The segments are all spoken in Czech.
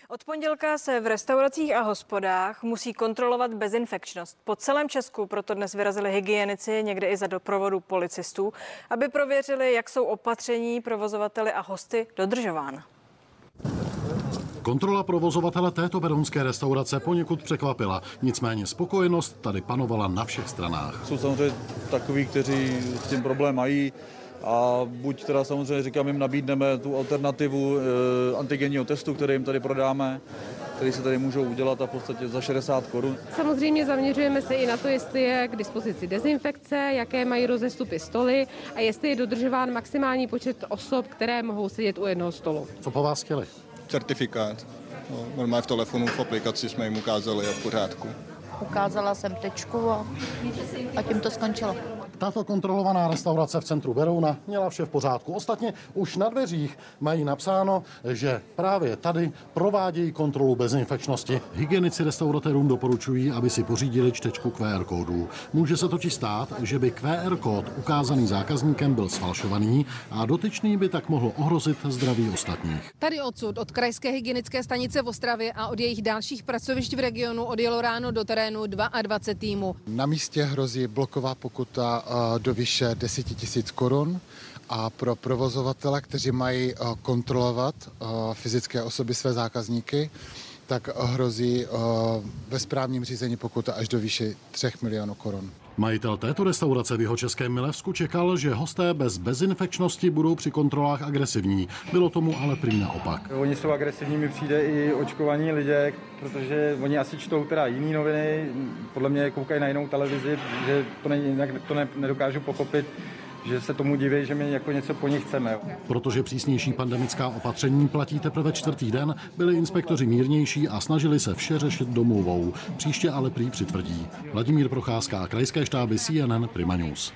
Od pondělka se v restauracích a hospodách musí kontrolovat bezinfekčnost. Po celém Česku proto dnes vyrazili hygienici, někde i za doprovodu policistů, aby prověřili, jak jsou opatření provozovateli a hosty dodržována. Kontrola provozovatele této berounské restaurace poněkud překvapila. Nicméně spokojenost tady panovala na všech stranách. Jsou samozřejmě takoví, kteří s tím problém mají. A buď teda samozřejmě říkám, jim nabídneme tu alternativu antigenního testu, který jim tady prodáme, který se tady můžou udělat a v podstatě za 60 korun. Samozřejmě zaměřujeme se i na to, jestli je k dispozici dezinfekce, jaké mají rozestupy stoly a jestli je dodržován maximální počet osob, které mohou sedět u jednoho stolu. Co po vás chtěli? Certifikát. No, normálně v telefonu, v aplikaci jsme jim ukázali a v pořádku. Ukázala jsem tečku a tím to skončilo. Tato kontrolovaná restaurace v centru Berouna měla vše v pořádku. Ostatně už na dveřích mají napsáno, že právě tady provádějí kontrolu bezinfekčnosti. Hygienici restauratérům doporučují, aby si pořídili čtečku QR kódů. Může se totiž stát, že by QR kód ukázaný zákazníkem byl sfalšovaný a dotyčný by tak mohl ohrozit zdraví ostatních. Tady odsud, od krajské hygienické stanice v Ostravě a od jejich dalších pracovišť v regionu odjelo ráno do terénu 22 týmů. Na místě hrozí bloková pokuta do výše 10 000 korun a pro provozovatele, kteří mají kontrolovat fyzické osoby své zákazníky, tak hrozí ve správním řízení pokuta až do výše 3 milionů korun. Majitel této restaurace v Jihočeském Milevsku čekal, že hosté bez bezinfekčnosti budou při kontrolách agresivní. Bylo tomu ale prý naopak. Oni jsou agresivní, mi přijde i očkovaní lidé, protože oni asi čtou teda jiný noviny, podle mě koukají na jinou televizi, že to nedokážu pochopit, že se tomu diví, že my jako něco po nich chceme. Protože přísnější pandemická opatření platí teprve 4. den, byli inspektoři mírnější a snažili se vše řešit domluvou. Příště ale prý přitvrdí. Vladimír Procházka, krajské štáby CNN Prima News.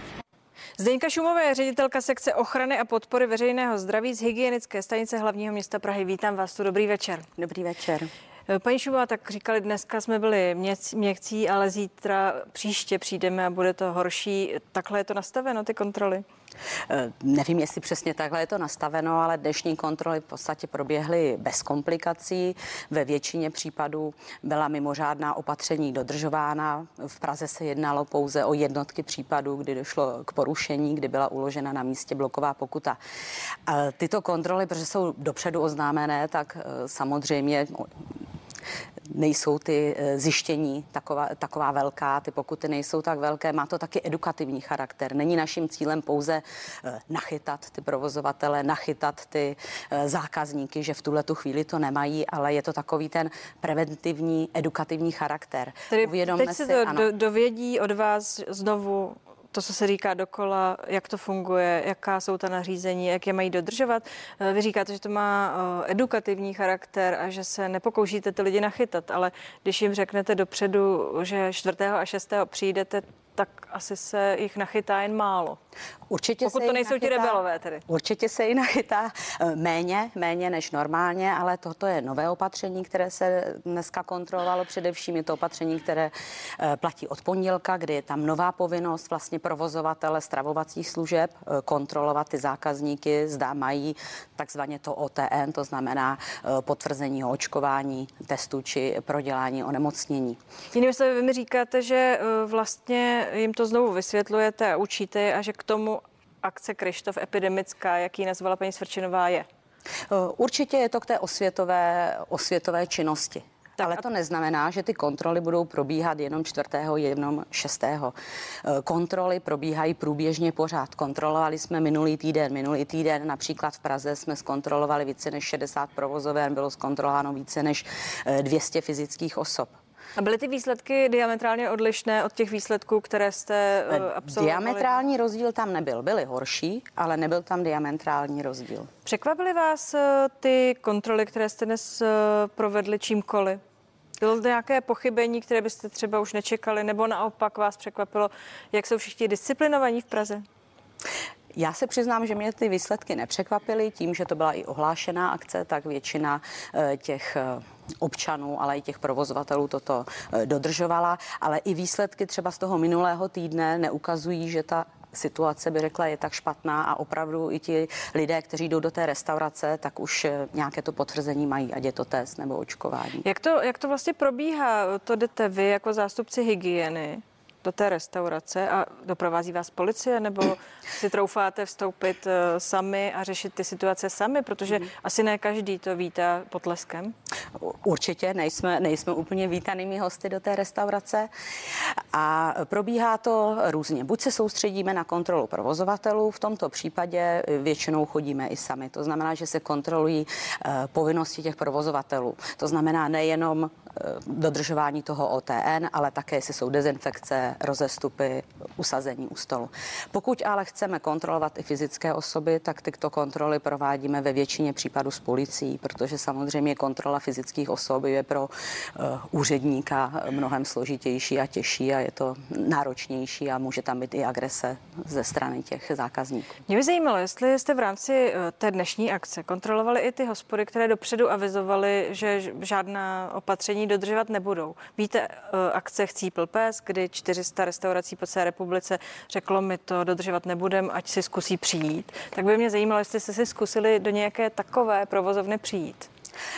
Zdeňka Šumová je ředitelka sekce ochrany a podpory veřejného zdraví z hygienické stanice hlavního města Prahy. Vítám vás tu, dobrý večer. Dobrý večer. Paní Šumová, tak říkali, dneska jsme byli měkcí, ale příště přijdeme a bude to horší. Takhle je to nastaveno, ty kontroly? Nevím, jestli přesně takhle je to nastaveno, ale dnešní kontroly v podstatě proběhly bez komplikací. Ve většině případů byla mimořádná opatření dodržována. V Praze se jednalo pouze o jednotky případů, kdy došlo k porušení, kdy byla uložena na místě bloková pokuta. Tyto kontroly, protože jsou dopředu oznámené, tak samozřejmě nejsou ty zjištění taková velká, ty pokuty nejsou tak velké, má to taky edukativní charakter. Není naším cílem pouze nachytat ty provozovatele, nachytat ty zákazníky, že v tuhletu chvíli to nemají, ale je to takový ten preventivní, edukativní charakter. Tedy teď se to dovědí od vás znovu to, co se říká dokola, jak to funguje, jaká jsou ta nařízení, jak je mají dodržovat. Vy říkáte, že to má edukativní charakter a že se nepokoušíte ty lidi nachytat, ale když jim řeknete dopředu, že 4. a 6. přijdete, tak asi se jich nachytá jen málo. Určitě pokud to nejsou ti rebelové tedy. Určitě se jí nachytá méně než normálně, ale toto je nové opatření, které se dneska kontrolovalo. Především je to opatření, které platí od pondělka, kdy je tam nová povinnost vlastně provozovatele stravovacích služeb kontrolovat ty zákazníky, zda mají takzvaně to OTN, to znamená potvrzení o očkování, testu či prodělání onemocnění. Jinými slovy, vy mi říkáte, že vlastně jim to znovu vysvětlujete a učíte a že k tomu akce Kryštof epidemická, jak ji nazvala paní Svrčinová, je? Určitě je to k té osvětové činnosti. Tak ale to neznamená, že ty kontroly budou probíhat jenom 4., jenom 6. Kontroly probíhají průběžně pořád. Kontrolovali jsme minulý týden například v Praze jsme zkontrolovali více než 60 provozoven, bylo zkontrolováno více než 200 fyzických osob. A byly ty výsledky diametrálně odlišné od těch výsledků, které jste absolvovali? Diametrální rozdíl tam nebyl. Byly horší, ale nebyl tam diametrální rozdíl. Překvapily vás ty kontroly, které jste dnes provedli čímkoliv? Bylo to nějaké pochybení, které byste třeba už nečekali, nebo naopak vás překvapilo, jak jsou všichni disciplinovaní v Praze? Já se přiznám, že mě ty výsledky nepřekvapily. Tím, že to byla i ohlášená akce, tak většina těch občanů, ale i těch provozovatelů toto dodržovala. Ale i výsledky třeba z toho minulého týdne neukazují, že ta situace, by řekla, je tak špatná a opravdu i ti lidé, kteří jdou do té restaurace, tak už nějaké to potvrzení mají, ať je to test nebo očkování. Jak to vlastně probíhá? To jdete vy jako zástupci hygieny do té restaurace a doprovází vás policie, nebo si troufáte vstoupit sami a řešit ty situace sami, protože asi ne každý to vítá potleskem? Určitě nejsme úplně vítanými hosty do té restaurace a probíhá to různě. Buď se soustředíme na kontrolu provozovatelů, v tomto případě většinou chodíme i sami. To znamená, že se kontrolují povinnosti těch provozovatelů. To znamená nejenom dodržování toho OTN, ale také, jestli jsou dezinfekce, rozestupy, usazení u stolu. Pokud ale chceme kontrolovat i fyzické osoby, tak tyto kontroly provádíme ve většině případů s policií, protože samozřejmě kontrola fyzických osob je pro úředníka mnohem složitější a těžší a je to náročnější a může tam být i agrese ze strany těch zákazníků. Mě by zajímalo, jestli jste v rámci té dnešní akce kontrolovali i ty hospody, které dopředu avizovaly, že žádná opatření dodržovat nebudou. Víte, akce Chcípl pes, kdy 400 restaurací po celé republice řeklo, my to dodržovat nebudeme, ať si zkusí přijít. Tak by mě zajímalo, jestli jste si zkusili do nějaké takové provozovny přijít.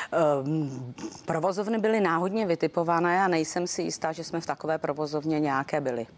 Provozovny byly náhodně vytipované a nejsem si jistá, že jsme v takové provozovně nějaké byli.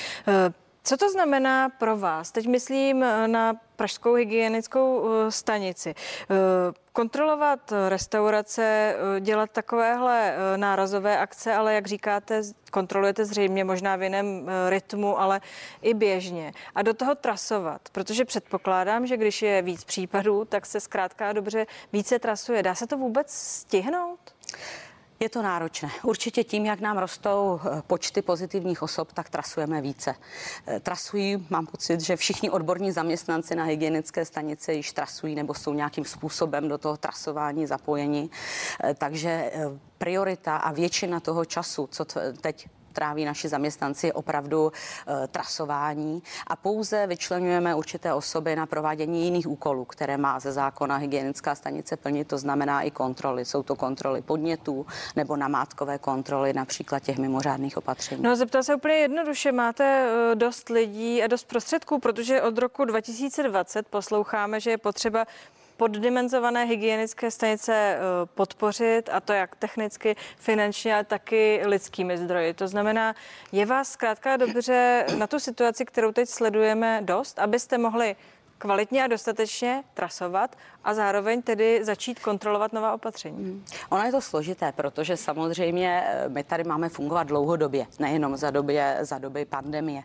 Co to znamená pro vás? Teď myslím na pražskou hygienickou stanici. Kontrolovat restaurace, dělat takovéhle nárazové akce, ale jak říkáte, kontrolujete zřejmě možná v jiném rytmu, ale i běžně. A do toho trasovat, protože předpokládám, že když je víc případů, tak se zkrátka dobře více trasuje. Dá se to vůbec stihnout? Je to náročné. Určitě tím, jak nám rostou počty pozitivních osob, tak trasujeme více. Trasují, mám pocit, že všichni odborní zaměstnanci na hygienické stanici již trasují nebo jsou nějakým způsobem do toho trasování zapojeni. Takže priorita a většina toho času, co teď tráví naši zaměstnanci, je opravdu trasování a pouze vyčleňujeme určité osoby na provádění jiných úkolů, které má ze zákona hygienická stanice plnit, to znamená i kontroly. Jsou to kontroly podnětů nebo namátkové kontroly, například těch mimořádných opatření. No, zeptal se úplně jednoduše, máte dost lidí a dost prostředků, protože od roku 2020 posloucháme, že je potřeba poddimenzované hygienické stanice podpořit, a to jak technicky, finančně, ale taky lidskými zdroji. To znamená, je vás zkrátka dobře na tu situaci, kterou teď sledujeme, dost, abyste mohli kvalitně a dostatečně trasovat a zároveň tedy začít kontrolovat nová opatření. Ono je to složité, protože samozřejmě my tady máme fungovat dlouhodobě, nejenom za doby pandemie.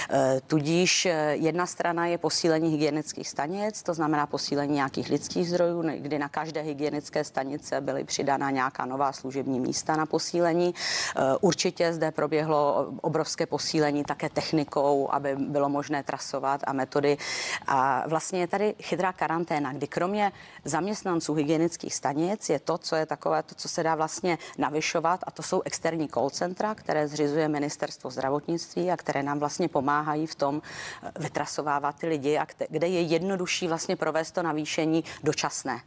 Tudíž jedna strana je posílení hygienických stanic, to znamená posílení nějakých lidských zdrojů, kdy na každé hygienické stanice byly přidána nějaká nová služební místa na posílení. Určitě zde proběhlo obrovské posílení také technikou, aby bylo možné trasovat a metody. A vlastně je tady chytrá karanténa, kdy kromě zaměstnanců hygienických stanic je to, co je takové, to, co se dá vlastně navyšovat, a to jsou externí call centra, které zřizuje Ministerstvo zdravotnictví a které nám vlastně pomáhají v tom vytrasovávat ty lidi a kde je jednodušší vlastně provést to navýšení dočasné.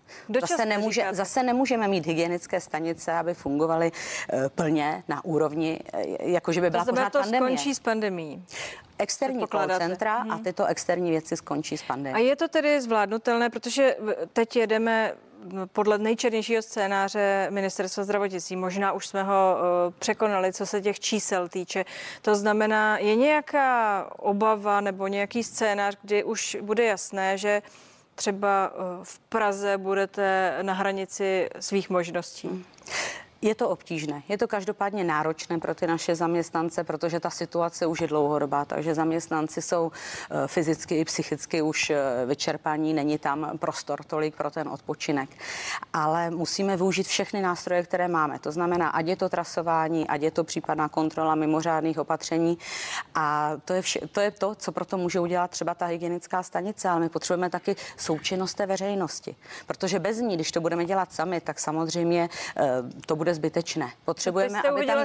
Zase nemůžeme mít hygienické stanice, aby fungovaly plně na úrovni, jakože by byla pořád pandemie. To skončí s pandemií. Externí call centra a tyto externí věci skončí s pandemií. A je to tedy zvládnutelné, protože teď jedeme podle nejčernějšího scénáře Ministerstva zdravotnictví. Možná už jsme ho překonali, co se těch čísel týče. To znamená, je nějaká obava nebo nějaký scénář, kdy už bude jasné, že třeba v Praze budete na hranici svých možností? Je to obtížné. Je to každopádně náročné pro ty naše zaměstnance, protože ta situace už je dlouhodobá, takže zaměstnanci jsou fyzicky i psychicky už vyčerpaní, není tam prostor tolik pro ten odpočinek. Ale musíme využít všechny nástroje, které máme. To znamená, ať je to trasování, ať je to případná kontrola mimořádných opatření. A to je to, co proto může udělat třeba ta hygienická stanice, ale my potřebujeme taky součinnost té veřejnosti. Protože bez ní, když to budeme dělat sami, tak samozřejmě to bude zbytečné. Potřebujeme, aby tam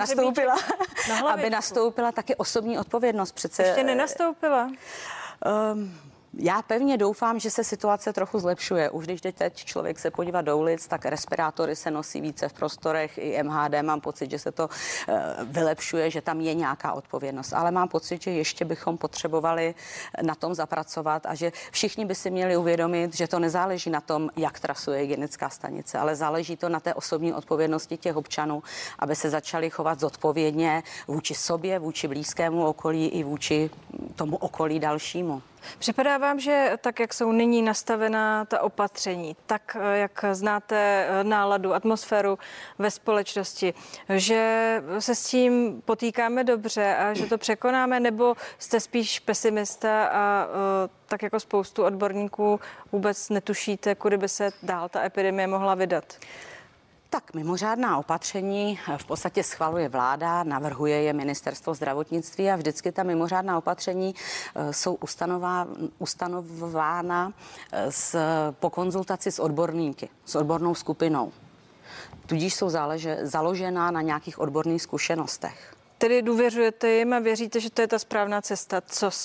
nastoupila taky osobní odpovědnost. Přece ještě nenastoupila? Já pevně doufám, že se situace trochu zlepšuje. Už když teď člověk se podívá do ulic, tak respirátory se nosí více v prostorech, i MHD, mám pocit, že se to vylepšuje, že tam je nějaká odpovědnost. Ale mám pocit, že ještě bychom potřebovali na tom zapracovat a že všichni by si měli uvědomit, že to nezáleží na tom, jak trasuje hygienická stanice, ale záleží to na té osobní odpovědnosti těch občanů, aby se začali chovat zodpovědně vůči sobě, vůči blízkému okolí i vůči tomu okolí dalšímu. Připadá vám, že tak, jak jsou nyní nastavená ta opatření, tak, jak znáte náladu, atmosféru ve společnosti, že se s tím potýkáme dobře a že to překonáme, nebo jste spíš pesimista a tak jako spoustu odborníků vůbec netušíte, kudy by se dál ta epidemie mohla vydat? Tak mimořádná opatření v podstatě schvaluje vláda, navrhuje je ministerstvo zdravotnictví a vždycky ta mimořádná opatření jsou ustanovována po konzultaci s odborníky, s odbornou skupinou. Tudíž jsou založená na nějakých odborných zkušenostech. Tedy důvěřujete jim a věříte, že to je ta správná cesta,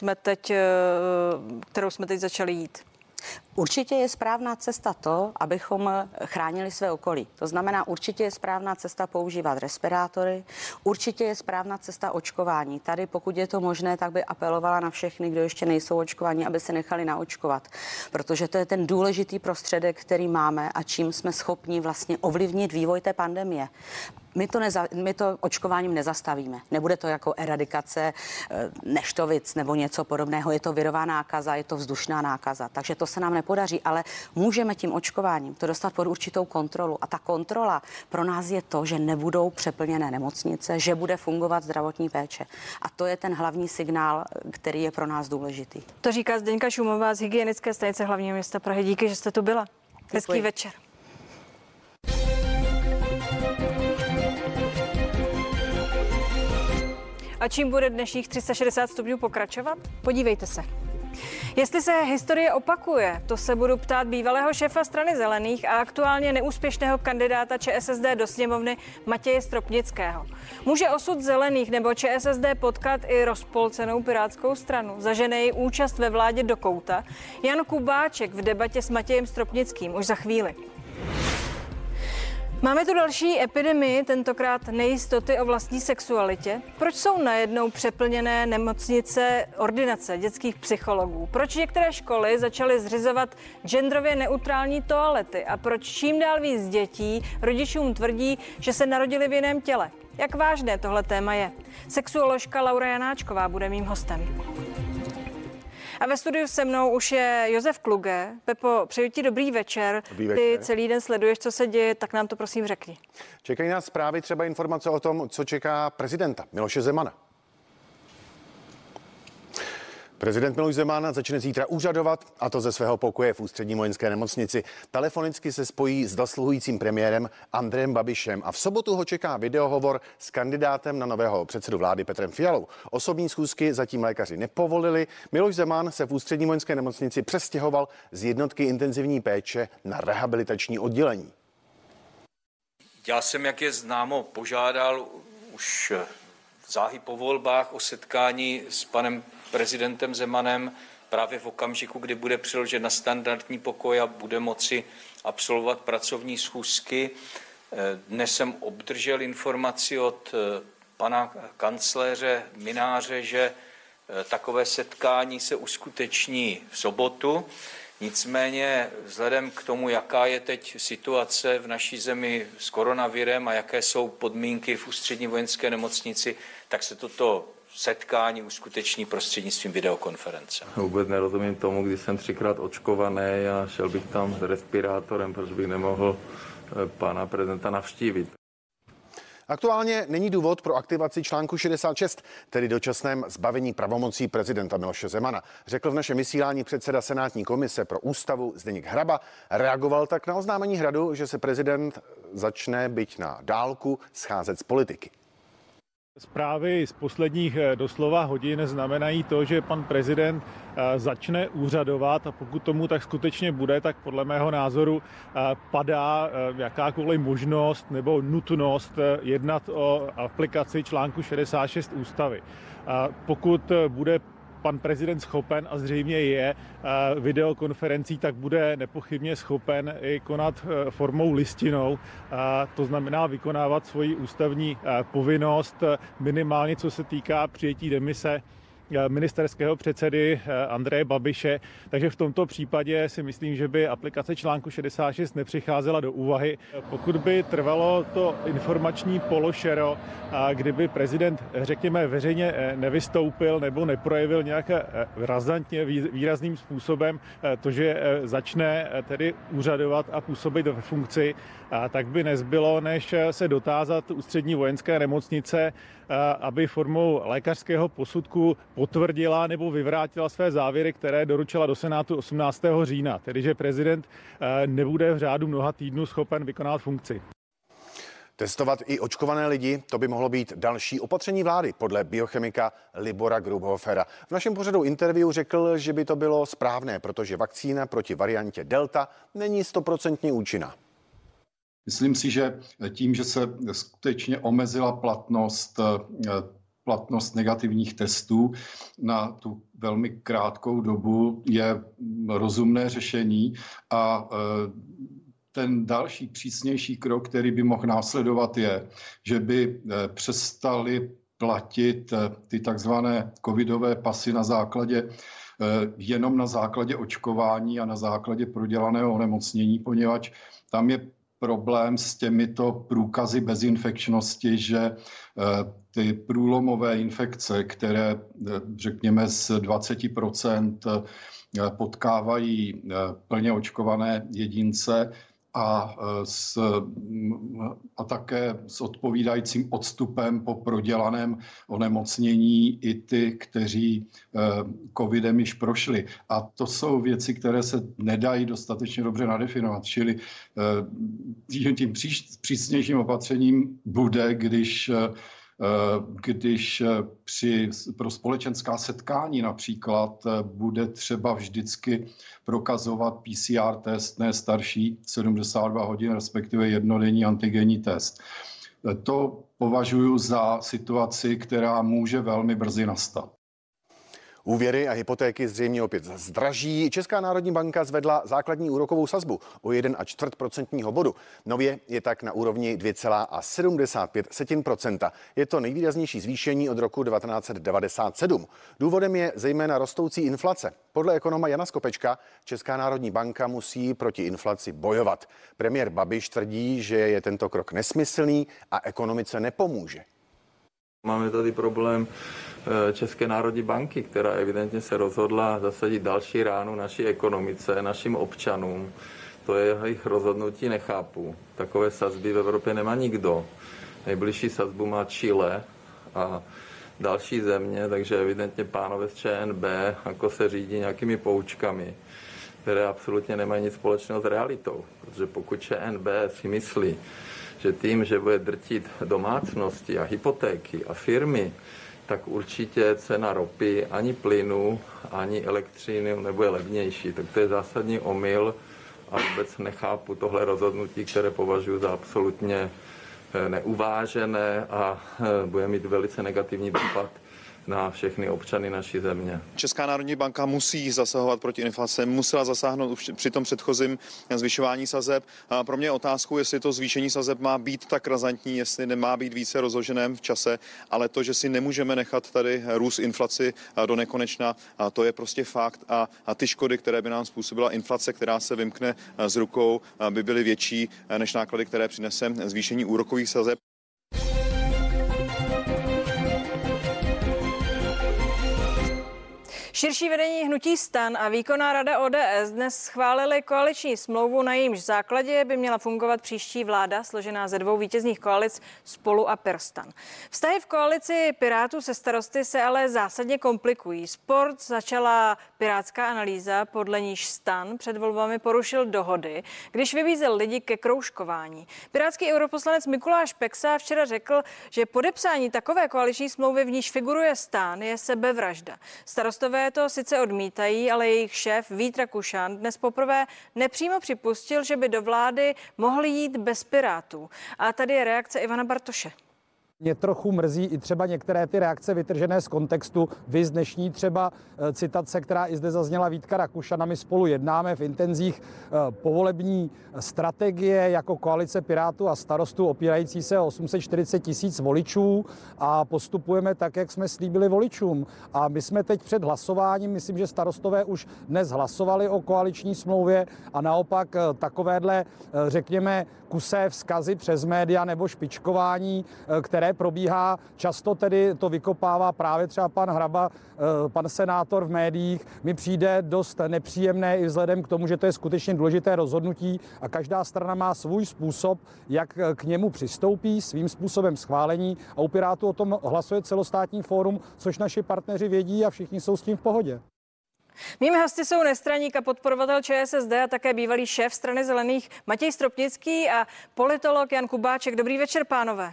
kterou jsme teď začali jít? Určitě je správná cesta to, abychom chránili své okolí. To znamená, určitě je správná cesta používat respirátory, určitě je správná cesta očkování. Tady, pokud je to možné, tak by apelovala na všechny, kdo ještě nejsou očkovaní, aby se nechali naočkovat. Protože to je ten důležitý prostředek, který máme a čím jsme schopni vlastně ovlivnit vývoj té pandemie. My to očkováním nezastavíme. Nebude to jako eradikace neštovic nebo něco podobného. Je to virová nákaza, je to vzdušná nákaza. Takže to se nám nepodaří, ale můžeme tím očkováním to dostat pod určitou kontrolu. A ta kontrola pro nás je to, že nebudou přeplněné nemocnice, že bude fungovat zdravotní péče. A to je ten hlavní signál, který je pro nás důležitý. To říká Zdeňka Šumová z hygienické stanice hlavního města Prahy. Díky, že jste tu byla. Hezký večer. A čím bude dnešních 360 stupňů pokračovat? Podívejte se. Jestli se historie opakuje, to se budu ptát bývalého šéfa strany Zelených a aktuálně neúspěšného kandidáta ČSSD do sněmovny Matěje Stropnického. Může osud Zelených nebo ČSSD potkat i rozpolcenou Pirátskou stranu? Zažene její účast ve vládě do kouta? Jan Kubáček v debatě s Matějem Stropnickým už za chvíli. Máme tu další epidemii, tentokrát nejistoty o vlastní sexualitě. Proč jsou najednou přeplněné nemocnice, ordinace dětských psychologů? Proč některé školy začaly zřizovat genderově neutrální toalety? A proč čím dál víc dětí rodičům tvrdí, že se narodili v jiném těle? Jak vážné tohle téma je? Sexuoložka Laura Janáčková bude mým hostem. A ve studiu se mnou už je Josef Kluge. Pepo, přeju ti dobrý večer. Ty celý den sleduješ, co se děje, tak nám to prosím řekni. Čekají nás zprávy, třeba informace o tom, co čeká prezidenta Miloše Zemana. Prezident Miloš Zeman začne zítra úřadovat, a to ze svého pokoje v Ústřední vojenské nemocnici. Telefonicky se spojí s dosluhujícím premiérem Andrejem Babišem a v sobotu ho čeká videohovor s kandidátem na nového předsedu vlády Petrem Fialou. Osobní schůzky zatím lékaři nepovolili. Miloš Zeman se v Ústřední vojenské nemocnici přestěhoval z jednotky intenzivní péče na rehabilitační oddělení. Já jsem, jak je známo, požádal už záhy po volbách o setkání s panem prezidentem Zemanem právě v okamžiku, kdy bude přeložen na standardní pokoj a bude moci absolvovat pracovní schůzky. Dnes jsem obdržel informaci od pana kancléře Mynáře, že takové setkání se uskuteční v sobotu. Nicméně vzhledem k tomu, jaká je teď situace v naší zemi s koronavirem a jaké jsou podmínky v Ústřední vojenské nemocnici, tak se toto setkání uskuteční prostřednictvím videokonference. Vůbec nerozumím tomu, když jsem 3krát očkovaný a šel bych tam s respirátorem, proč bych nemohl pana prezidenta navštívit. Aktuálně není důvod pro aktivaci článku 66, tedy dočasném zbavení pravomocí prezidenta Miloše Zemana, řekl v našem vysílání předseda Senátní komise pro ústavu Zdeněk Hraba. Reagoval tak na oznámení Hradu, že se prezident začne, byť na dálku, scházet z politiky. Zprávy z posledních doslova hodin znamenají to, že pan prezident začne úřadovat a pokud tomu tak skutečně bude, tak podle mého názoru padá jakákoliv možnost nebo nutnost jednat o aplikaci článku 66 ústavy. Pokud bude pan prezident schopen a zřejmě je videokonferencí, tak bude nepochybně schopen i konat formou listinou. To znamená vykonávat svoji ústavní povinnost, minimálně co se týká přijetí demise ministerského předsedy Andreje Babiše. Takže v tomto případě si myslím, že by aplikace článku 66 nepřicházela do úvahy. Pokud by trvalo to informační pološero, kdyby prezident, řekněme, veřejně nevystoupil nebo neprojevil nějak razantně výrazným způsobem to, že začne tedy úřadovat a působit ve funkci, tak by nezbylo, než se dotázat Ústřední vojenské nemocnice, aby formou lékařského posudku potvrdila nebo vyvrátila své závěry, které doručila do Senátu 18. října, tedy že prezident nebude v řádu mnoha týdnů schopen vykonat funkci. Testovat i očkované lidi, to by mohlo být další opatření vlády, podle biochemika Libora Grubhofera. V našem pořadu interview řekl, že by to bylo správné, protože vakcína proti variantě Delta není 100% účinná. Myslím si, že tím, že se skutečně omezila platnost negativních testů na tu velmi krátkou dobu, je rozumné řešení a ten další přísnější krok, který by mohl následovat, je, že by přestali platit ty takzvané covidové pasy jenom na základě očkování a na základě prodělaného onemocnění, poněvadž tam je problém s těmito průkazy bezinfekčnosti, že ty průlomové infekce, které řekněme z 20% potkávají plně očkované jedince a také s odpovídajícím odstupem po prodělaném onemocnění i ty, kteří covidem již prošli. A to jsou věci, které se nedají dostatečně dobře nadefinovat. Čili tím přísnějším opatřením bude, když pro společenská setkání například bude třeba vždycky prokazovat PCR test ne starší 72 hodin, respektive jednodenní antigenní test. To považuji za situaci, která může velmi brzy nastat. Úvěry a hypotéky zřejmě opět zdraží. Česká národní banka zvedla základní úrokovou sazbu o 1,25% bodu. Nově je tak na úrovni 2,75%. Je to nejvýraznější zvýšení od roku 1997. Důvodem je zejména rostoucí inflace. Podle ekonoma Jana Skopečka Česká národní banka musí proti inflaci bojovat. Premiér Babiš tvrdí, že je tento krok nesmyslný a ekonomice nepomůže. Máme tady problém České národní banky, která evidentně se rozhodla zasadit další ránu naší ekonomice, našim občanům. To je jejich rozhodnutí, nechápu. Takové sazby v Evropě nemá nikdo. Nejbližší sazbu má Chile a další země, takže evidentně pánové z ČNB jako se řídí nějakými poučkami, které absolutně nemají nic společného s realitou. Protože pokud ČNB si myslí, že tím, že bude drtit domácnosti a hypotéky a firmy, tak určitě cena ropy, ani plynu, ani elektřiny nebude levnější. Tak to je zásadní omyl a vůbec nechápu tohle rozhodnutí, které považuji za absolutně neuvážené a bude mít velice negativní dopad na všechny občany naší země. Česká národní banka musí zasahovat proti inflaci, musela zasáhnout při tom předchozím zvyšování sazeb. A pro mě je otázkou, jestli to zvýšení sazeb má být tak razantní, jestli nemá být více rozloženém v čase, ale to, že si nemůžeme nechat tady růst inflaci do nekonečna, a to je prostě fakt a ty škody, které by nám způsobila inflace, která se vymkne z rukou, by byly větší než náklady, které přinese zvýšení úrokových sazeb. Širší vedení hnutí STAN a výkonná rada ODS dnes schválili koaliční smlouvu, na jejímž základě by měla fungovat příští vláda, složená ze dvou vítězných koalic Spolu a PirSTAN. Vztahy v koalici Pirátů se Starosty se ale zásadně komplikují. Sport začala pirátská analýza, podle níž STAN před volbami porušil dohody, když vybízel lidi ke kroužkování. Pirátský europoslanec Mikuláš Peksa včera řekl, že podepsání takové koaliční smlouvy, v níž figuruje STAN, je sebevražda. Starostové to sice odmítají, ale jejich šéf Vít Rakušan dnes poprvé nepřímo připustil, že by do vlády mohli jít bez Pirátů. A tady je reakce Ivana Bartoše. Mě trochu mrzí i třeba některé ty reakce vytržené z kontextu. Vy z dnešní třeba citace, která i zde zazněla Vítka Rakušana, my spolu jednáme v intenzích povolební strategie jako koalice Pirátů a Starostů opírající se o 840 000 voličů a postupujeme tak, jak jsme slíbili voličům. A my jsme teď před hlasováním, myslím, že Starostové už dnes hlasovali o koaliční smlouvě a naopak takovéhle, řekněme, kusé vzkazy přes média nebo špičkování, které probíhá, často tedy to vykopává právě třeba pan Hraba, pan senátor v médiích, mi přijde dost nepříjemné i vzhledem k tomu, že to je skutečně důležité rozhodnutí a každá strana má svůj způsob, jak k němu přistoupí, svým způsobem schválení a u Pirátů o tom hlasuje celostátní fórum, což naši partneři vědí a všichni jsou s tím v pohodě. Mými hosty jsou nestraník a podporovatel ČSSD a také bývalý šéf Strany zelených Matěj Stropnický a politolog Jan Kubáček. Dobrý večer, pánové.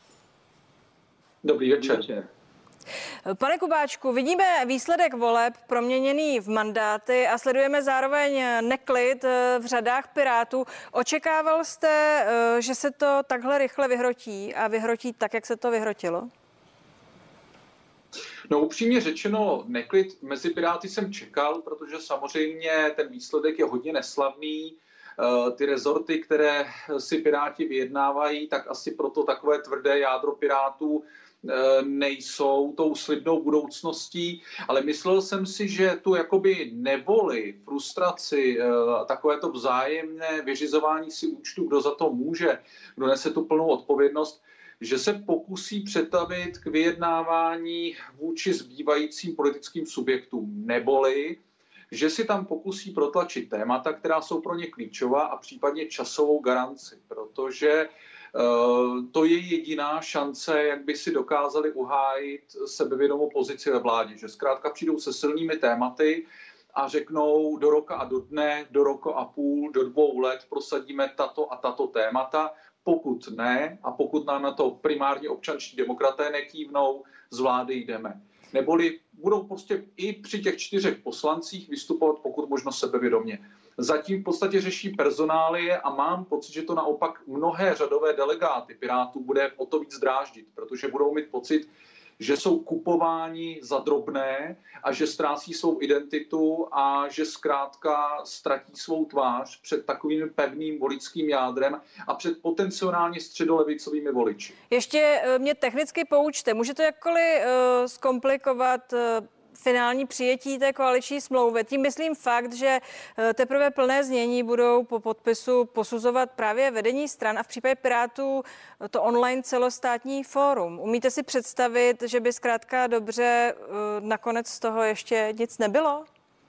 Dobrý večer. Pane Kubáčku, vidíme výsledek voleb proměněný v mandáty a sledujeme zároveň neklid v řadách Pirátů. Očekával jste, že se to takhle rychle vyhrotí a vyhrotí tak, jak se to vyhrotilo? No upřímně řečeno, neklid mezi Piráty jsem čekal, protože samozřejmě ten výsledek je hodně neslavný. Ty rezorty, které si Piráti vyjednávají, tak asi proto takové tvrdé jádro Pirátů nejsou tou slibnou budoucností, ale myslel jsem si, že tu jakoby nevoli, frustraci, takovéto vzájemné vyřizování si účtu, kdo za to může, kdo nese tu plnou odpovědnost, že se pokusí přetavit k vyjednávání vůči zbývajícím politickým subjektům, neboli že si tam pokusí protlačit témata, která jsou pro ně klíčová a případně časovou garanci, protože to je jediná šance, jak by si dokázali uhájit sebevědomou pozici ve vládě, že zkrátka přijdou se silnými tématy a řeknou do roka a do dne, do roku a půl, do 2 let prosadíme tato a tato témata. Pokud ne, a pokud nám na to primárně občanští demokraté nekývnou, z vlády jdeme. Neboli budou prostě i při těch 4 poslancích vystupovat pokud možno sebevědomě. Zatím v podstatě řeší personálie a mám pocit, že to naopak mnohé řadové delegáty Pirátů bude o to víc dráždit, protože budou mít pocit, že jsou kupováni za drobné a že ztrácí svou identitu a že zkrátka ztratí svou tvář před takovým pevným voličským jádrem a před potenciálně středolevicovými voliči. Ještě mě technicky poučte, může to jakkoliv zkomplikovat finální přijetí té koaliční smlouvy. Tím myslím fakt, že teprve plné znění budou po podpisu posuzovat právě vedení stran a v případě Pirátů to online celostátní fórum. Umíte si představit, že by zkrátka dobře nakonec z toho ještě nic nebylo?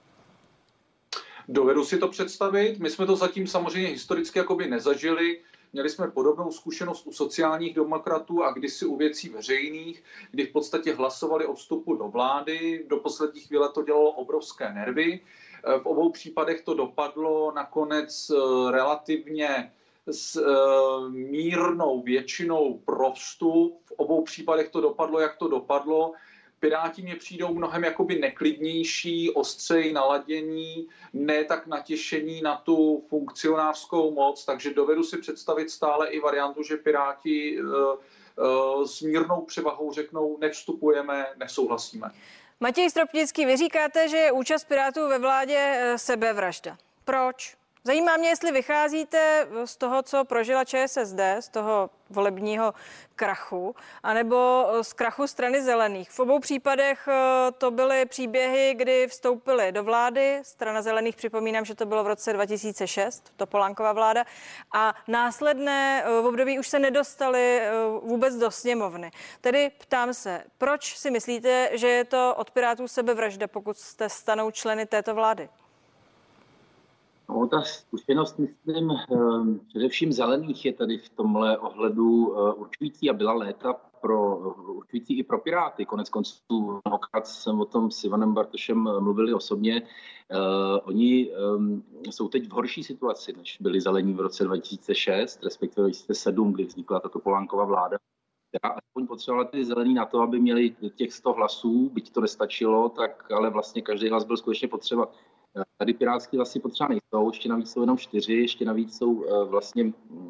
Dovedu si to představit. My jsme to zatím samozřejmě historicky jakoby nezažili. Měli jsme podobnou zkušenost u sociálních demokratů a kdysi u věcí veřejných, kdy v podstatě hlasovali o vstupu do vlády. Do poslední chvíle to dělalo obrovské nervy. V obou případech to dopadlo nakonec relativně s mírnou většinou pro vstup. V obou případech to dopadlo, jak to dopadlo. Piráti mě přijdou mnohem jakoby neklidnější, ostřeji naladění, ne tak natěšení na tu funkcionářskou moc, takže dovedu si představit stále i variantu, že Piráti s mírnou převahou řeknou nevstupujeme, nesouhlasíme. Matěj Stropnický, vy říkáte, že je účast Pirátů ve vládě sebevražda. Proč? Zajímá mě, jestli vycházíte z toho, co prožila ČSSD, z toho volebního krachu, anebo z krachu Strany zelených. V obou případech to byly příběhy, kdy vstoupily do vlády. Strana zelených, připomínám, že to bylo v roce 2006, Topolánkova vláda, a následné v období už se nedostali vůbec do sněmovny. Tedy ptám se, proč si myslíte, že je to od Pirátů sebevražda, pokud jste stanou členy této vlády? No, ta zkušenost, myslím, především zelených je tady v tomhle ohledu určující a byla léta určující i pro Piráty. Konec konců mnohokrát jsem o tom s Ivanem Bartošem mluvili osobně. Oni jsou teď v horší situaci, než byli zelení v roce 2006, respektive 2007, kdy vznikla tato Topolánkova vláda, která aspoň potřebovala ty zelení na to, aby měli těch 100 hlasů, byť to nestačilo, tak ale vlastně každý hlas byl skutečně potřeba. Tady pirátský hlasy potřeba nejsou, ještě navíc jsou jenom 4, ještě navíc jsou vlastně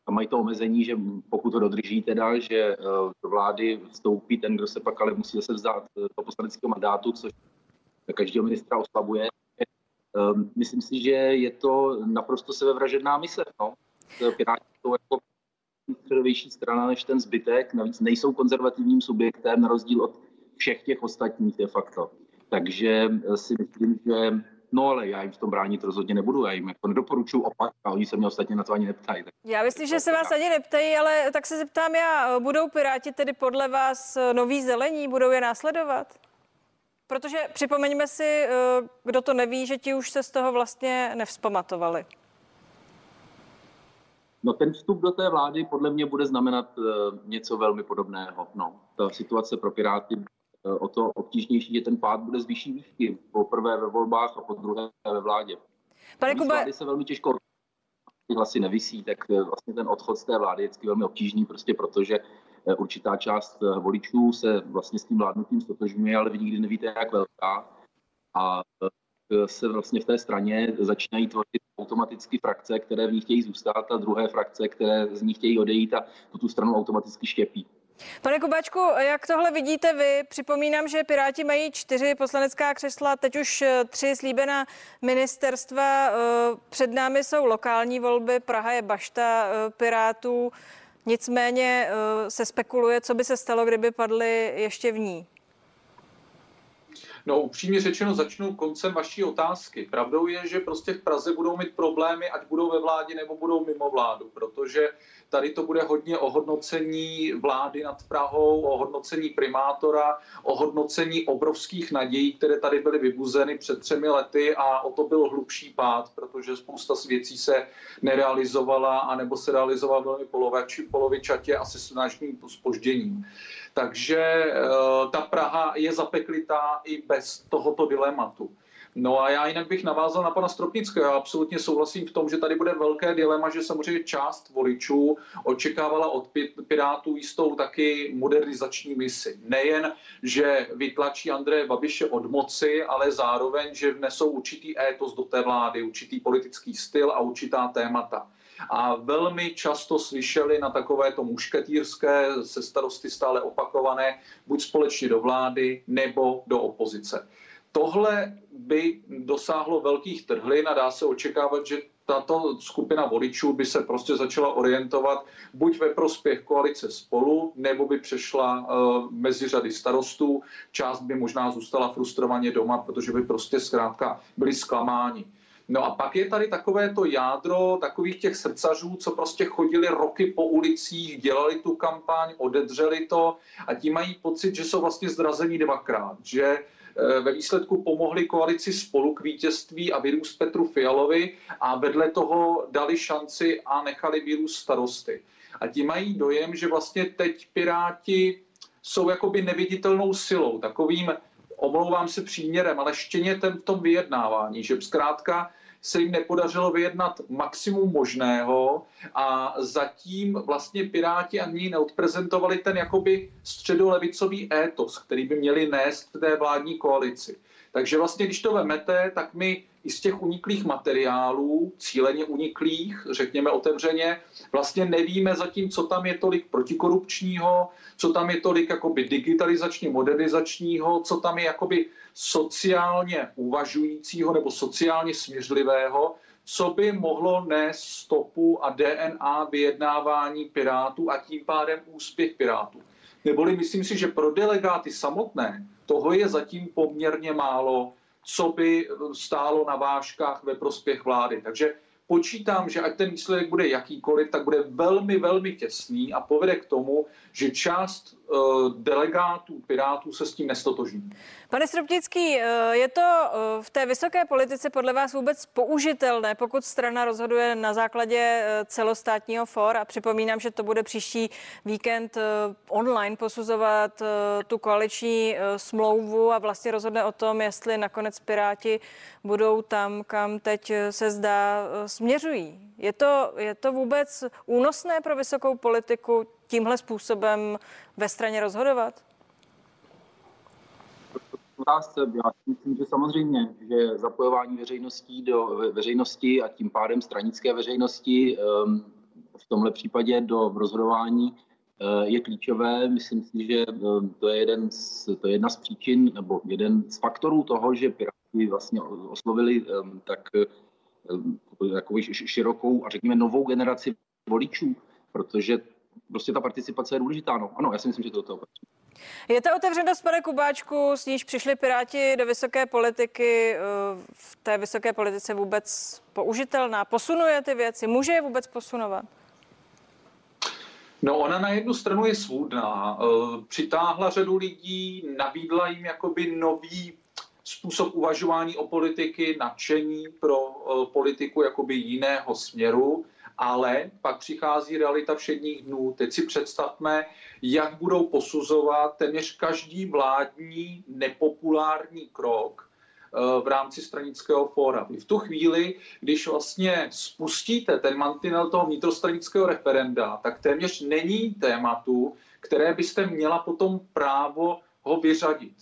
A mají to omezení, že pokud to dodrží teda, že do vlády vstoupí ten, kdo se pak ale musí zase vzdát do poslaneckého mandátu, což každého ministra oslabuje. Myslím si, že je to naprosto sebevražedná mise. No. Piráti jsou jako středovější strana než ten zbytek, navíc nejsou konzervativním subjektem na rozdíl od všech těch ostatních de facto. Takže si myslím, že no ale já jim v tom bránit rozhodně nebudu, já jim jako nedoporučuji opak a oni se mě ostatně na to ani neptají. Já myslím, že se vás ani neptají, ale tak se zeptám já, budou Piráti tedy podle vás noví zelení, budou je následovat? Protože připomeňme si, kdo to neví, že ti už se z toho vlastně nevzpamatovali. No ten vstup do té vlády podle mě bude znamenat něco velmi podobného. No, ta situace pro Piráty o to obtížnější, že ten pád bude z vyšší výšky. Poprvé ve volbách a po druhé ve vládě. Pane Kuba, vlády se velmi těžko ty hlasy nevisí, tak vlastně ten odchod z té vlády je vždycky velmi obtížný, prostě protože určitá část voličů se vlastně s tím vládnutím stotožňuje, ale vy nikdy nevíte, jak velká. A se vlastně v té straně začínají tvořit automaticky frakce, které v ní chtějí zůstat a druhé frakce, které z ní chtějí odejít a tu stranu automaticky štěpí. Pane Kubáčku, jak tohle vidíte vy? Připomínám, že Piráti mají 4 poslanecká křesla, teď už 3 slíbená ministerstva. Před námi jsou lokální volby, Praha je bašta Pirátů. Nicméně se spekuluje, co by se stalo, kdyby padly ještě v ní. No upřímně řečeno začnu koncem vaší otázky. Pravdou je, že prostě v Praze budou mít problémy, ať budou ve vládě nebo budou mimo vládu, protože tady to bude hodně o hodnocení vlády nad Prahou, o hodnocení primátora, o hodnocení obrovských nadějí, které tady byly vybuzeny před 3 lety a o to byl hlubší pád, protože spousta věcí se nerealizovala anebo se realizovala velmi polovičatě a se značným zpožděním. Takže ta Praha je zapeklitá i bez tohoto dilematu. No a já jinak bych navázal na pana Stropnického. Já absolutně souhlasím v tom, že tady bude velké dilema, že samozřejmě část voličů očekávala od Pirátů jistou taky modernizační misi. Nejen, že vytlačí Andreje Babiše od moci, ale zároveň, že vnesou určitý étos do té vlády, určitý politický styl a určitá témata. A velmi často slyšeli na takovéto mušketýrské, se starosty stále opakované, buď společně do vlády nebo do opozice. Tohle by dosáhlo velkých trhlin a dá se očekávat, že tato skupina voličů by se prostě začala orientovat buď ve prospěch koalice Spolu, nebo by přešla mezi řady starostů. Část by možná zůstala frustrovaně doma, protože by prostě zkrátka byli zklamáni. No a pak je tady takové to jádro takových těch srdcařů, co prostě chodili roky po ulicích, dělali tu kampaň, odedřeli to a ti mají pocit, že jsou vlastně zrazení 2krát, že ve výsledku pomohli koalici Spolu k vítězství a vyrůst Petru Fialovi a vedle toho dali šanci a nechali vyrůst starosty. A ti mají dojem, že vlastně teď Piráti jsou jakoby neviditelnou silou, takovým, omlouvám se příměrem, ale štěnětem v tom vyjednávání, že zkrátka se jim nepodařilo vyjednat maximum možného a zatím vlastně Piráti ani neodprezentovali ten jakoby středolevicový étos, který by měli nést v té vládní koalici. Takže vlastně, když to vemete, tak my i z těch uniklých materiálů, cíleně uniklých, řekněme otevřeně, vlastně nevíme zatím, co tam je tolik protikorupčního, co tam je tolik jakoby digitalizačně modernizačního, co tam je jakoby sociálně uvažujícího nebo sociálně smířlivého, co by mohlo nést stopu a DNA vyjednávání Pirátů a tím pádem úspěch Pirátů. Neboli myslím si, že pro delegáty samotné toho je zatím poměrně málo, co by stálo na vážkách ve prospěch vlády. Takže počítám, že ať ten výsledek bude jakýkoliv, tak bude velmi, velmi těsný a povede k tomu, že část delegátů Pirátů se s tím nestotožní. Pane Stropnický, je to v té vysoké politice podle vás vůbec použitelné, pokud strana rozhoduje na základě celostátního fóra? Připomínám, že to bude příští víkend online posuzovat tu koaliční smlouvu a vlastně rozhodne o tom, jestli nakonec Piráti budou tam, kam teď se zdá směřují. Je to vůbec únosné pro vysokou politiku tímhle způsobem ve straně rozhodovat? Já myslím, že samozřejmě, že zapojování veřejnosti a tím pádem stranické veřejnosti v tomhle případě do rozhodování je klíčové. Myslím si, že to je jedna z příčin nebo jeden z faktorů toho, že Piráti vlastně oslovili takovou širokou a řekněme novou generaci voličů, protože prostě ta participace je důležitá. Ano, já si myslím, že to patří. Je ta otevřenost, pane Kubáčku, s níž přišli Piráti do vysoké politiky, v té vysoké politice vůbec použitelná? Posunuje ty věci? Může je vůbec posunovat? No, ona na jednu stranu je svůdná. Přitáhla řadu lidí, nabídla jim jakoby nový způsob uvažování o politiky, nadšení pro politiku jakoby jiného směru, ale pak přichází realita všedních dnů. Teď si představme, jak budou posuzovat téměř každý vládní nepopulární krok v rámci stranického fóra. Vy v tu chvíli, když vlastně spustíte ten mantinel toho vnitrostranického referenda, tak téměř není tématu, které byste měla potom právo ho vyřadit,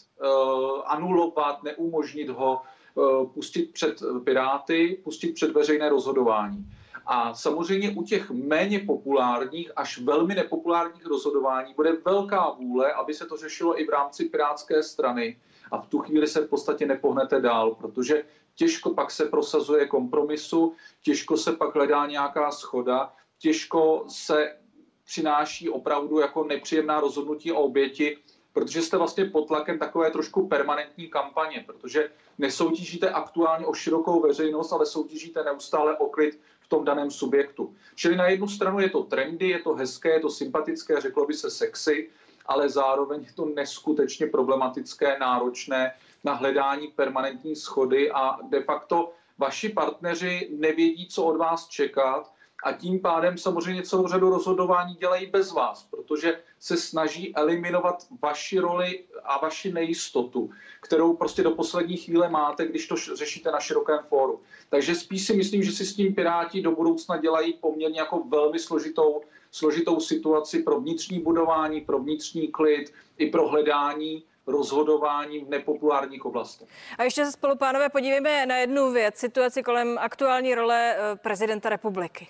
anulovat, neumožnit ho, pustit před Piráty, pustit před veřejné rozhodování. A samozřejmě u těch méně populárních až velmi nepopulárních rozhodování bude velká vůle, aby se to řešilo i v rámci Pirátské strany. A v tu chvíli se v podstatě nepohnete dál, protože těžko pak se prosazuje kompromisu, těžko se pak hledá nějaká shoda, těžko se přináší opravdu jako nepříjemná rozhodnutí o oběti, protože jste vlastně pod tlakem takové trošku permanentní kampaně, protože nesoutěžíte aktuálně o širokou veřejnost, ale soutěžíte neustále o klid v tom daném subjektu. Čili na jednu stranu je to trendy, je to hezké, je to sympatické, řeklo by se sexy, ale zároveň je to neskutečně problematické, náročné na hledání permanentní shody a de facto vaši partneři nevědí, co od vás čekat a tím pádem samozřejmě celou řadu rozhodování dělají bez vás, protože se snaží eliminovat vaši roli a vaši nejistotu, kterou prostě do poslední chvíle máte, když to řešíte na širokém fóru. Takže spíš si myslím, že si s tím Piráti do budoucna dělají poměrně jako velmi složitou situaci pro vnitřní budování, pro vnitřní klid i pro hledání rozhodování v nepopulárních oblastech. A ještě se spolu, pánové, podívejme na jednu věc, situaci kolem aktuální role prezidenta republiky.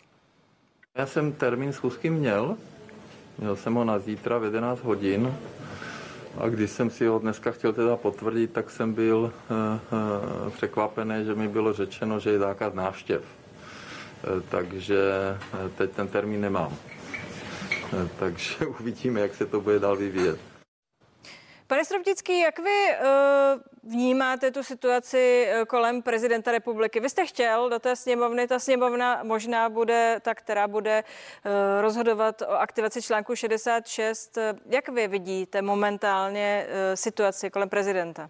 Já jsem termín schůzky měl jsem ho na zítra v 11 hodin a když jsem si ho dneska chtěl teda potvrdit, tak jsem byl překvapený, že mi bylo řečeno, že je zákaz návštěv. Takže teď ten termín nemám. Takže uvidíme, jak se to bude dál vyvíjet. Pane Stropnický, jak vy vnímáte tu situaci kolem prezidenta republiky? Vy jste chtěl do té sněmovny, ta sněmovna možná bude ta, která bude rozhodovat o aktivaci článku 66. Jak vy vidíte momentálně situaci kolem prezidenta?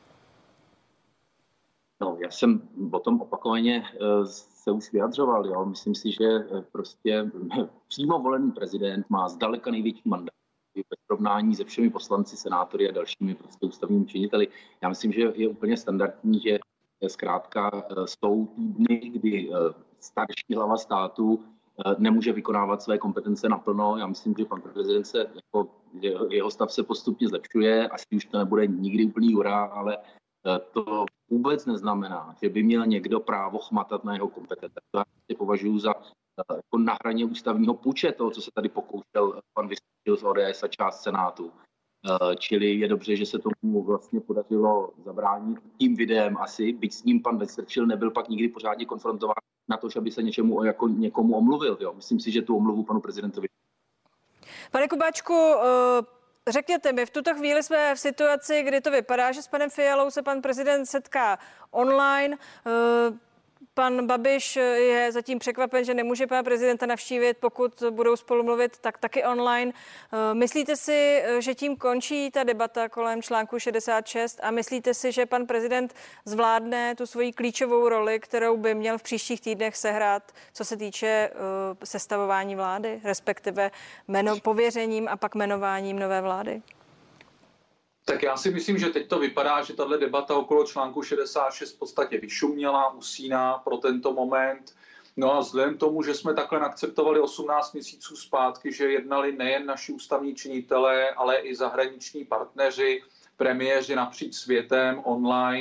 No, já jsem o tom opakovaně se už vyjadřoval. Jo. Myslím si, že prostě přímo volený prezident má zdaleka největší mandát ve srovnání se všemi poslanci, senátory a dalšími prostě ústavními činiteli. Já myslím, že je úplně standardní, že zkrátka jsou týdny, kdy starší hlava státu nemůže vykonávat své kompetence naplno. Já myslím, že pan prezident se, jako, jeho stav se postupně zlepšuje, asi už to nebude nikdy úplný hurá, ale to vůbec neznamená, že by měl někdo právo chmatat na jeho kompetence. To já považuji za jako na hraně ústavního puče toho, co se tady pokoušel pan Vystrčil z ODS a část Senátu. Čili je dobře, že se tomu vlastně podařilo zabránit tím videem asi, byť s ním pan Vystrčil nebyl pak nikdy pořádně konfrontován na to, aby se někomu omluvil. Jo. Myslím si, že tu omluvu panu prezidentovi. Pane Kubáčku, řekněte mi, v tuto chvíli jsme v situaci, kdy to vypadá, že s panem Fialou se pan prezident setká online. Pan Babiš je zatím překvapen, že nemůže pana prezidenta navštívit, pokud budou spolu mluvit, tak taky online. Myslíte si, že tím končí ta debata kolem článku 66 a myslíte si, že pan prezident zvládne tu svoji klíčovou roli, kterou by měl v příštích týdnech sehrát, co se týče sestavování vlády, respektive pověřením a pak jmenováním nové vlády? Tak já si myslím, že teď to vypadá, že tahle debata okolo článku 66 v podstatě vyšuměla, usíná pro tento moment. No a vzhledem tomu, že jsme takhle akceptovali 18 měsíců zpátky, že jednali nejen naši ústavní činitelé, ale i zahraniční partneři, premiéři napříč světem online,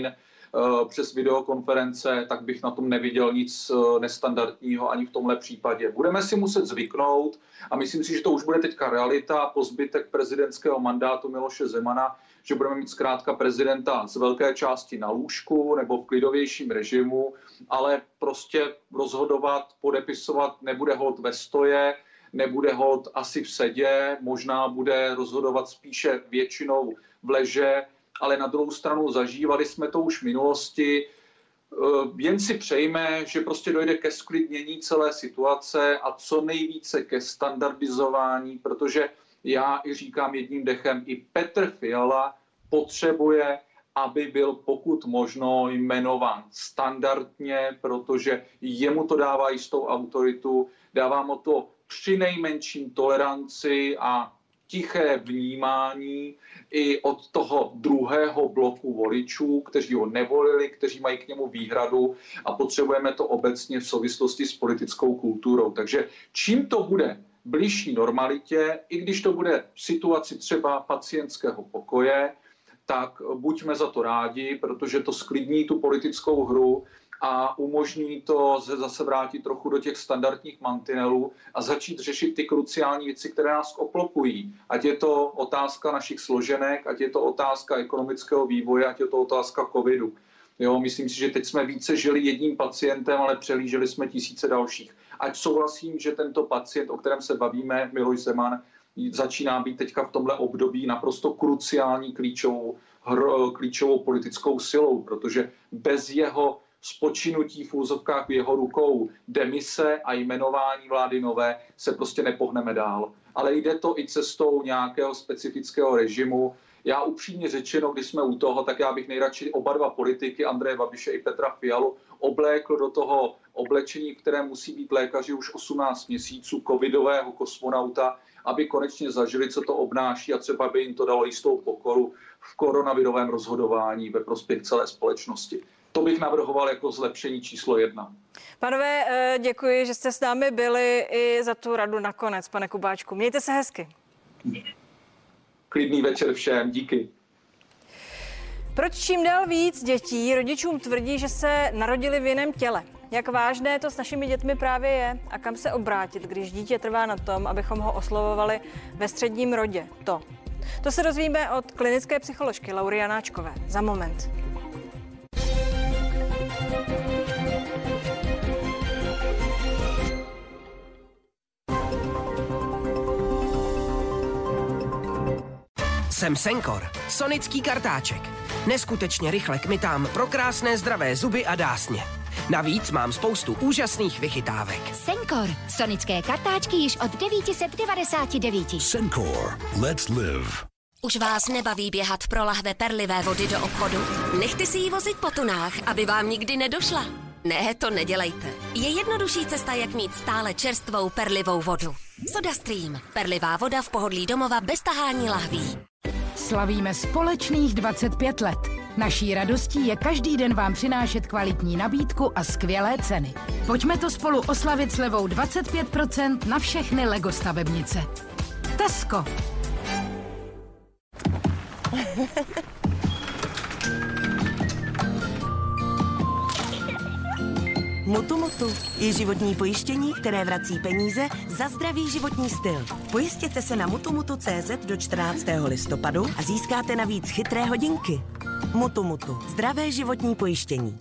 přes videokonference, tak bych na tom neviděl nic nestandardního ani v tomhle případě. Budeme si muset zvyknout a myslím si, že to už bude teďka realita po zbytek prezidentského mandátu Miloše Zemana, že budeme mít zkrátka prezidenta z velké části na lůžku nebo v klidovějším režimu, ale prostě rozhodovat, podepisovat nebude holt ve stoje, nebude holt asi v sedě, možná bude rozhodovat spíše většinou v leže, ale na druhou stranu zažívali jsme to už v minulosti. Jen si přejme, že prostě dojde ke sklidnění celé situace a co nejvíce ke standardizování, protože já i říkám jedním dechem, i Petr Fiala potřebuje, aby byl pokud možno jmenován standardně, protože jemu to dává jistou autoritu, dává mu to přinejmenším toleranci a tiché vnímání i od toho druhého bloku voličů, kteří ho nevolili, kteří mají k němu výhradu a potřebujeme to obecně v souvislosti s politickou kulturou. Takže čím to bude bližší normalitě, i když to bude v situaci třeba pacientského pokoje, tak buďme za to rádi, protože to sklidní tu politickou hru a umožní to zase vrátit trochu do těch standardních mantinelů a začít řešit ty kruciální věci, které nás obklopují. Ať je to otázka našich složenek, ať je to otázka ekonomického vývoje, ať je to otázka covidu. Jo, myslím si, že teď jsme více žili jedním pacientem, ale přehlíželi jsme tisíce dalších. Ať souhlasím, že tento pacient, o kterém se bavíme, Miloš Zeman, začíná být teďka v tomhle období naprosto kruciální klíčovou politickou silou, protože bez jeho spočinutí v úzovkách v jeho rukou demise a jmenování vlády nové se prostě nepohneme dál. Ale jde to i cestou nějakého specifického režimu. Já upřímně řečeno, když jsme u toho, tak já bych nejradši oba dva politiky, Andreje Babiše i Petra Fialu, oblékl do toho oblečení, které musí být lékaři už 18 měsíců, covidového kosmonauta, aby konečně zažili, co to obnáší a třeba by jim to dalo jistou pokoru v koronavirovém rozhodování ve prospěch celé společnosti. To bych navrhoval jako zlepšení číslo 1. Pánové, děkuji, že jste s námi byli i za tu radu nakonec, pane Kubáčku. Mějte se hezky. Klidný večer všem, díky. Proč čím dál víc dětí rodičům tvrdí, že se narodili v jiném těle? Jak vážné to s našimi dětmi právě je a kam se obrátit, když dítě trvá na tom, abychom ho oslovovali ve středním rodě? To se dozvíme od klinické psycholožky Laury Janáčkové. Za moment. Jsem Senkor, sonický kartáček. Neskutečně rychle kmitám pro krásné zdravé zuby a dásně. Navíc mám spoustu úžasných vychytávek. Senkor, sonické kartáčky již od 999. Senkor, let's live. Už vás nebaví běhat pro lahve perlivé vody do obchodu? Nechte si ji vozit po tunách, aby vám nikdy nedošla. Ne, to nedělejte. Je jednodušší cesta, jak mít stále čerstvou perlivou vodu. SodaStream. Perlivá voda v pohodlí domova bez tahání lahví. Slavíme společných 25 let. Naší radostí je každý den vám přinášet kvalitní nabídku a skvělé ceny. Pojďme to spolu oslavit slevou 25% na všechny Lego stavebnice. Tesco. Mutu je životní pojištění, které vrací peníze za zdravý životní styl. Pojistěte se na mutumutu.cz do 14. listopadu a získáte navíc chytré hodinky. Mutu. Zdravé životní pojištění.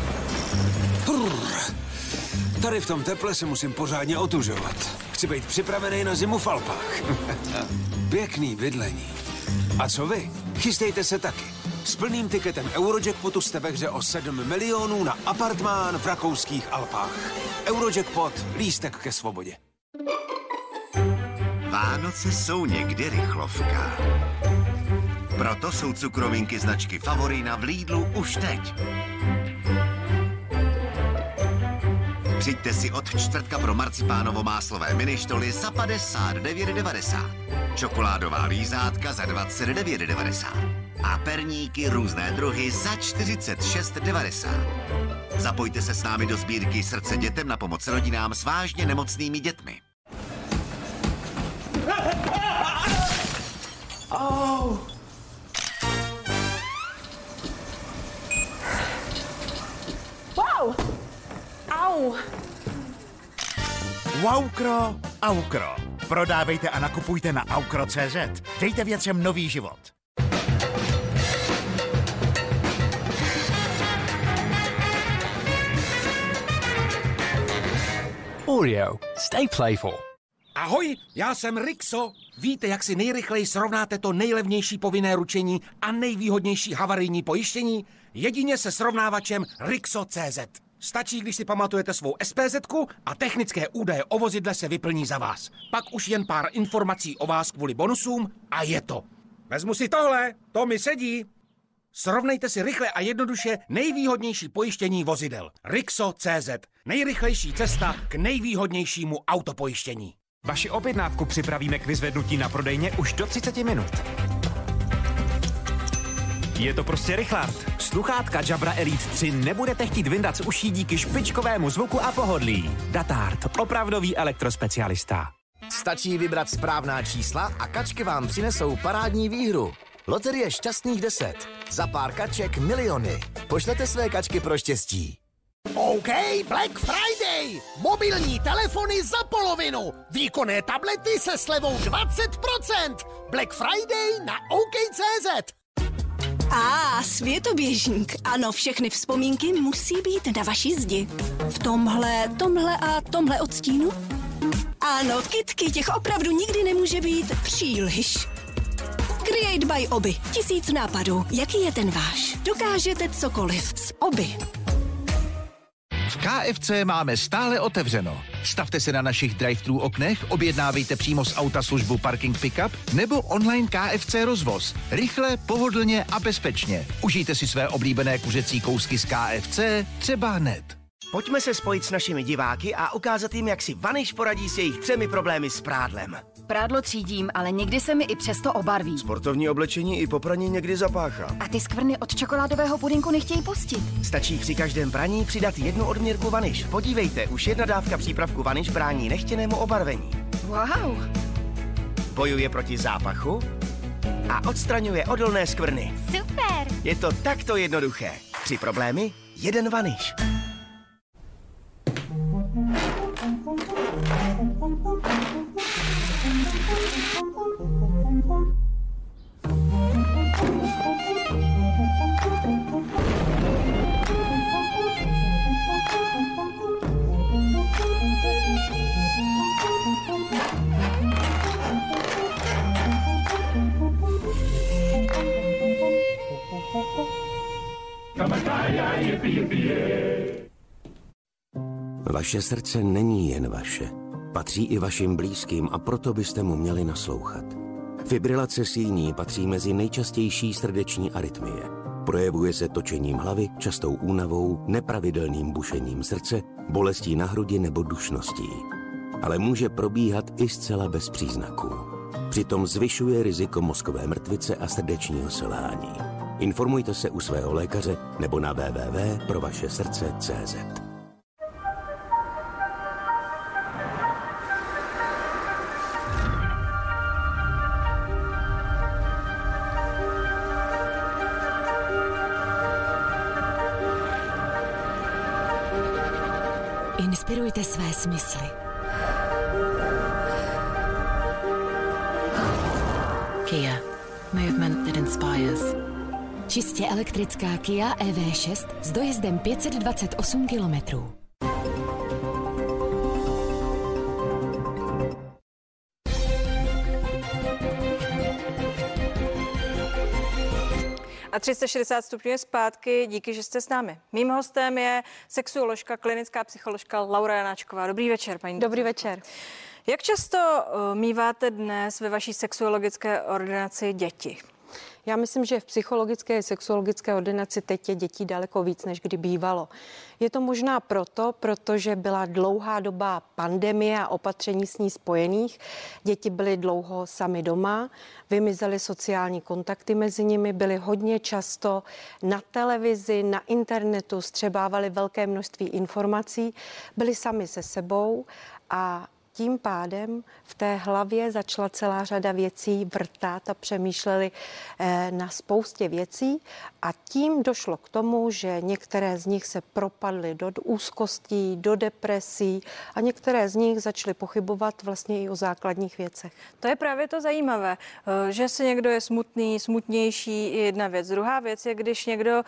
Tady v tom teple se musím pořádně otužovat. Chci být připravený na zimu v Alpách. Pěkný bydlení. A co vy? Chystejte se taky. S plným tiketem Eurojackpotu jste ve hře o 7 milionů na apartmán v rakouských Alpách. Eurojackpot, lístek ke svobodě. Vánoce jsou někdy rychlovka. Proto jsou cukrovinky značky Favorina v Lidlu už teď. Přijďte si od čtvrtka pro marcipánovo-máslové ministoly za 59,90. Čokoládová lízátka za 29,90. A perníky různé druhy za 46,90. Zapojte se s námi do sbírky Srdce dětem na pomoc rodinám s vážně nemocnými dětmi. Aukro. Prodávejte a nakupujte na aukro.cz. Dejte věcem nový život. Oreo. Stay playful. Ahoj, já jsem Rixo. Víte, jak si nejrychleji srovnáte to nejlevnější povinné ručení a nejvýhodnější havarijní pojištění? Jedině se srovnávačem Rixo.cz. Stačí, když si pamatujete svou SPZ-ku a technické údaje o vozidle se vyplní za vás. Pak už jen pár informací o vás kvůli bonusům a je to. Vezmu si tohle, to mi sedí. Srovnejte si rychle a jednoduše nejvýhodnější pojištění vozidel. Rixo.cz. Nejrychlejší cesta k nejvýhodnějšímu autopojištění. Vaši objednávku připravíme k vyzvednutí na prodejně už do 30 minut. Je to prostě rychlart. Sluchátka Jabra Elite 3 nebudete chtít vyndat z uší díky špičkovému zvuku a pohodlí. Datard, opravdový elektrospecialista. Stačí vybrat správná čísla a kačky vám přinesou parádní výhru. Loterie šťastných 10. Za pár kaček miliony. Pošlete své kačky pro štěstí. OK, Black Friday! Mobilní telefony za polovinu! Výkonné tablety se slevou 20%! Black Friday na OK.cz. Světoběžník. Ano, všechny vzpomínky musí být na vaší zdi. V tomhle odstínu? Ano, kytky, těch opravdu nikdy nemůže být příliš. Create by Oby. 1000 nápadů. Jaký je ten váš? Dokážete cokoliv s Oby. V KFC máme stále otevřeno. Stavte se na našich drive-thru oknech, objednávejte přímo z auta službu Parking Pickup nebo online KFC rozvoz. Rychle, pohodlně a bezpečně. Užijte si své oblíbené kuřecí kousky z KFC třeba hned. Pojďme se spojit s našimi diváky a ukázat jim, jak si Vaniš poradí s jejich 3 problémy s prádlem. Prádlo třídím, ale někdy se mi i přesto obarví. Sportovní oblečení i po praní někdy zapáchá. A ty skvrny od čokoládového pudinku nechtějí pustit. Stačí při každém praní přidat 1 odměrku Vaniš. Podívejte, už 1 dávka přípravku Vaniš brání nechtěnému obarvení. Wow. Bojuje proti zápachu a odstraňuje odolné skvrny. Super. Je to takto jednoduché. 3 problémy, 1 Vaniš. Vaše srdce není jen vaše. Patří i vašim blízkým a proto byste mu měli naslouchat. Fibrilace síní patří mezi nejčastější srdeční arytmie. Projevuje se točením hlavy, častou únavou, nepravidelným bušením srdce, bolestí na hrudi nebo dušností. Ale může probíhat i zcela bez příznaků. Přitom zvyšuje riziko mozkové mrtvice a srdečního selhání. Informujte se u svého lékaře nebo na www.provašesrdce.cz. Inspirujte své smysly. Kia. Movement that inspires. Čistě elektrická Kia EV6 s dojezdem 528 kilometrů. A 360 stupňů je zpátky, díky, že jste s námi. Mým hostem je sexuoložka, klinická psycholožka Laura Janáčková. Dobrý večer, paní. Dobrý večer. Jak často míváte dnes ve vaší sexuologické ordinaci děti? Já myslím, že v psychologické a sexuologické ordinaci teď je dětí daleko víc, než kdy bývalo. Je to možná protože byla dlouhá doba pandemie a opatření s ní spojených. Děti byly dlouho sami doma, vymizely sociální kontakty mezi nimi, byly hodně často na televizi, na internetu, střebávali velké množství informací, byli sami se sebou a tím pádem v té hlavě začala celá řada věcí vrtat a přemýšleli na spoustě věcí a tím došlo k tomu, že některé z nich se propadly do úzkostí, do depresí a některé z nich začaly pochybovat vlastně i o základních věcech. To je právě to zajímavé, že se někdo je smutný, smutnější, je jedna věc. Druhá věc je, když někdo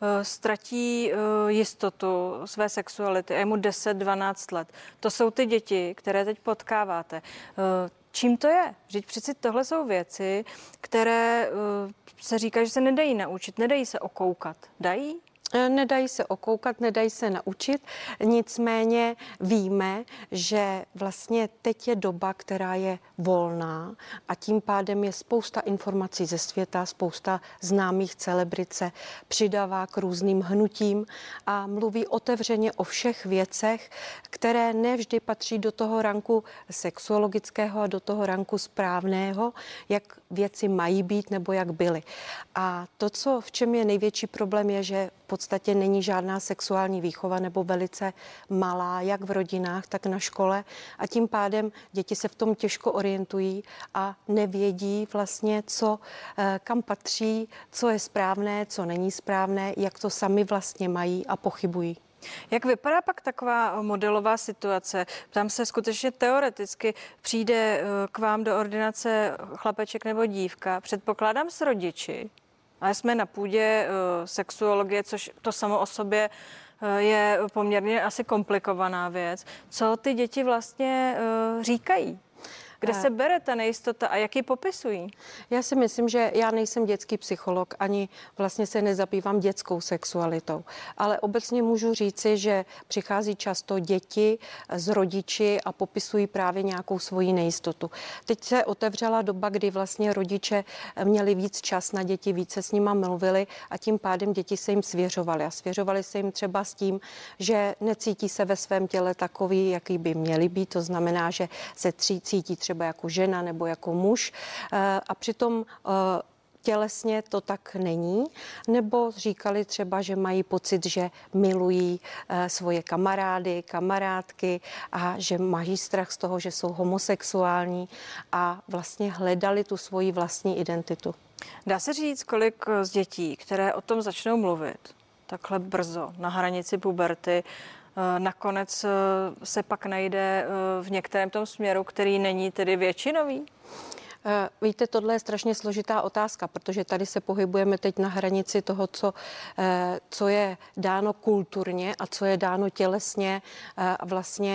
ztratí jistotu své sexuality a je mu 10-12 let. To jsou ty děti, které teď potkáváte. Čím to je? Vždyť přeci tohle jsou věci, které se říká, že se nedají naučit, nedají se okoukat. Dají? Nedají se okoukat, nedají se naučit, nicméně víme, že vlastně teď je doba, která je volná a tím pádem je spousta informací ze světa, spousta známých celebrit se přidává k různým hnutím a mluví otevřeně o všech věcech, které nevždy patří do toho ranku sexuologického a do toho ranku správného, jak věci mají být nebo jak byly. A to, v čem je největší problém, je, že v podstatě není žádná sexuální výchova nebo velice malá, jak v rodinách, tak na škole a tím pádem děti se v tom těžko orientují a nevědí vlastně, kam patří, co je správné, co není správné, jak to sami vlastně mají a pochybují. Jak vypadá pak taková modelová situace? Tam se skutečně teoreticky přijde k vám do ordinace chlapeček nebo dívka, předpokládám s rodiči, ale jsme na půdě sexuologie, což to samo o sobě je poměrně asi komplikovaná věc. Co ty děti vlastně říkají? Kde se bere ta nejistota a jak ji popisují? Já si myslím, že já nejsem dětský psycholog, ani vlastně se nezabývám dětskou sexualitou. Ale obecně můžu říci, že přichází často děti s rodiči a popisují právě nějakou svoji nejistotu. Teď se otevřela doba, kdy vlastně rodiče měli víc čas na děti, více s nima mluvili a tím pádem děti se jim svěřovaly. A svěřovaly se jim třeba s tím, že necítí se ve svém těle takový, jaký by měli být. To znamená, že se cítí třeba jako žena nebo jako muž a přitom tělesně to tak není, nebo říkali třeba, že mají pocit, že milují svoje kamarády, kamarádky a že mají strach z toho, že jsou homosexuální a vlastně hledali tu svoji vlastní identitu. Dá se říct, kolik z dětí, které o tom začnou mluvit takhle brzo, na hranici puberty, nakonec se pak najde v některém tom směru, který není tedy většinový? Víte, tohle je strašně složitá otázka, protože tady se pohybujeme teď na hranici toho, co je dáno kulturně a co je dáno tělesně vlastně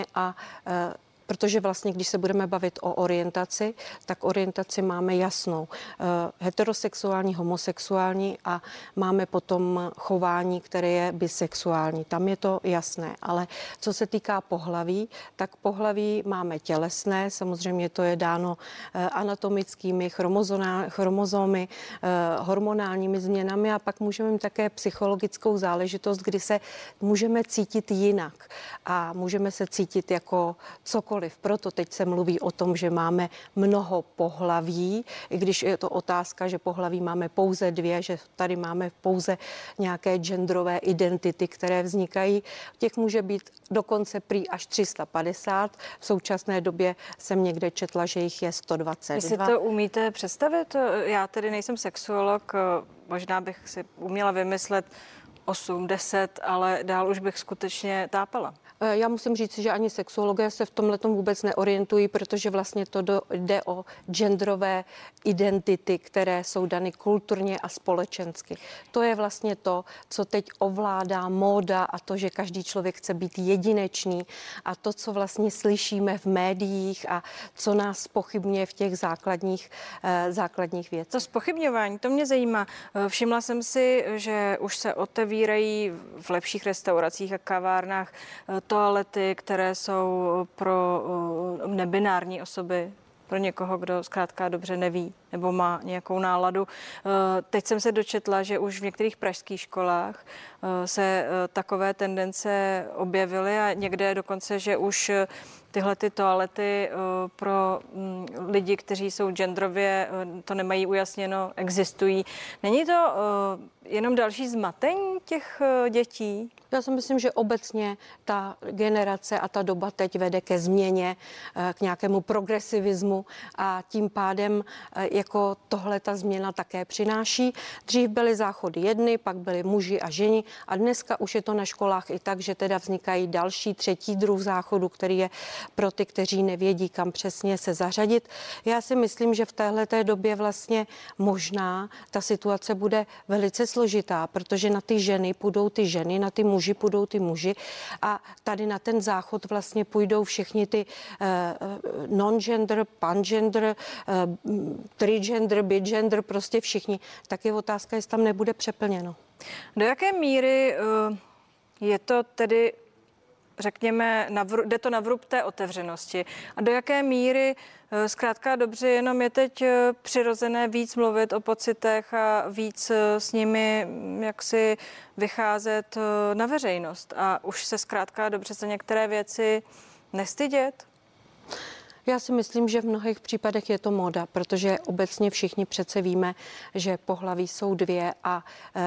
protože vlastně, když se budeme bavit o orientaci, tak orientaci máme jasnou. Heterosexuální, homosexuální a máme potom chování, které je bisexuální. Tam je to jasné. Ale co se týká pohlaví, tak pohlaví máme tělesné. Samozřejmě to je dáno anatomickými chromozomy, hormonálními změnami a pak můžeme mít také psychologickou záležitost, kdy se můžeme cítit jinak a můžeme se cítit jako cokoliv. Proto teď se mluví o tom, že máme mnoho pohlaví, i když je to otázka, že pohlaví máme pouze 2, že tady máme pouze nějaké genderové identity, které vznikají. Těch může být dokonce prý až 350. V současné době jsem někde četla, že jich je 122. Vy si to umíte představit? Já tedy nejsem sexuolog, možná bych si uměla vymyslet 8, 10, ale dál už bych skutečně tápala. Já musím říct, že ani sexuologové se v tomhletom vůbec neorientují, protože vlastně to jde o genderové identity, které jsou dany kulturně a společensky. To je vlastně to, co teď ovládá móda a to, že každý člověk chce být jedinečný a to, co vlastně slyšíme v médiích a co nás pochybňuje v těch základních věcech. To zpochybňování, to mě zajímá. Všimla jsem si, že už se otevírají v lepších restauracích a kavárnách toalety, které jsou pro nebinární osoby, pro někoho, kdo zkrátka dobře neví nebo má nějakou náladu. Teď jsem se dočetla, že už v některých pražských školách se takové tendence objevily a někde dokonce, že už tyhle ty toalety pro lidi, kteří jsou genderově, to nemají ujasněno, existují. Není to jenom další zmatení těch dětí? Já si myslím, že obecně ta generace a ta doba teď vede ke změně, k nějakému progresivismu a tím pádem jako tohle ta změna také přináší. Dřív byly záchody jedny, pak byly muži a ženy a dneska už je to na školách i tak, že teda vznikají další, třetí druh záchodu, který je pro ty, kteří nevědí, kam přesně se zařadit. Já si myslím, že v téhleté době vlastně možná ta situace bude velice složitá, protože na ty ženy půjdou ty ženy, na ty muži půjdou ty muži a tady na ten záchod vlastně půjdou všichni ty non-gender, pan-gender, trigender, bigender, prostě všichni. Tak je otázka, jestli tam nebude přeplněno. Do jaké míry je to tedy, řekněme, jde to na vrub té otevřenosti a do jaké míry zkrátka dobře jenom je teď přirozené víc mluvit o pocitech a víc s nimi jaksi vycházet na veřejnost a už se zkrátka dobře za některé věci nestydět? Já si myslím, že v mnohých případech je to móda, protože obecně všichni přece víme, že pohlaví jsou dvě a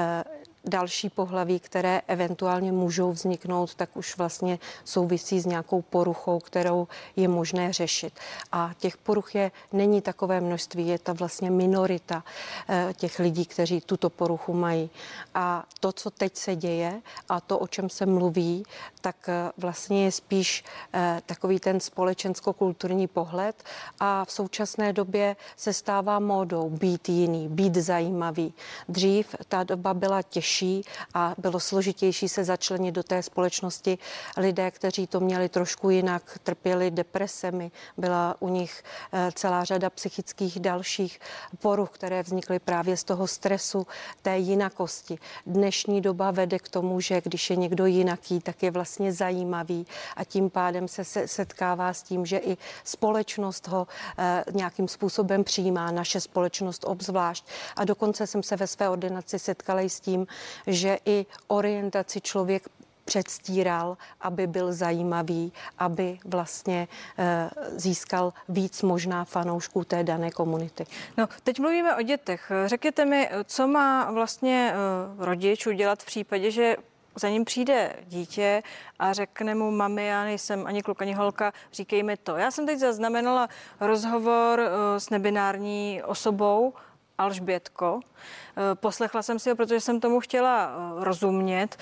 další pohlaví, které eventuálně můžou vzniknout, tak už vlastně souvisí s nějakou poruchou, kterou je možné řešit. A těch poruch není takové množství, je to vlastně minorita těch lidí, kteří tuto poruchu mají. A to, co teď se děje a to, o čem se mluví, tak vlastně je spíš takový ten společensko-kulturní pohled a v současné době se stává módou být jiný, být zajímavý. Dřív ta doba byla těžší a bylo složitější se začlenit do té společnosti. Lidé, kteří to měli trošku jinak, trpěli depresemi, byla u nich celá řada psychických dalších poruch, které vznikly právě z toho stresu, té jinakosti. Dnešní doba vede k tomu, že když je někdo jinaký, tak je vlastně zajímavý a tím pádem se setkává s tím, že i společnost ho nějakým způsobem přijímá, naše společnost obzvlášť. A dokonce jsem se ve své ordinaci setkala i s tím, že i orientaci člověk předstíral, aby byl zajímavý, aby vlastně získal víc možná fanoušků té dané komunity. No, teď mluvíme o dětech. Řekněte mi, co má vlastně rodič udělat v případě, že za ním přijde dítě a řekne mu: mami, já nejsem ani kluk, ani holka, říkej mi to. Já jsem teď zaznamenala rozhovor s nebinární osobou Alžbětko. Poslechla jsem si ho, protože jsem tomu chtěla rozumět.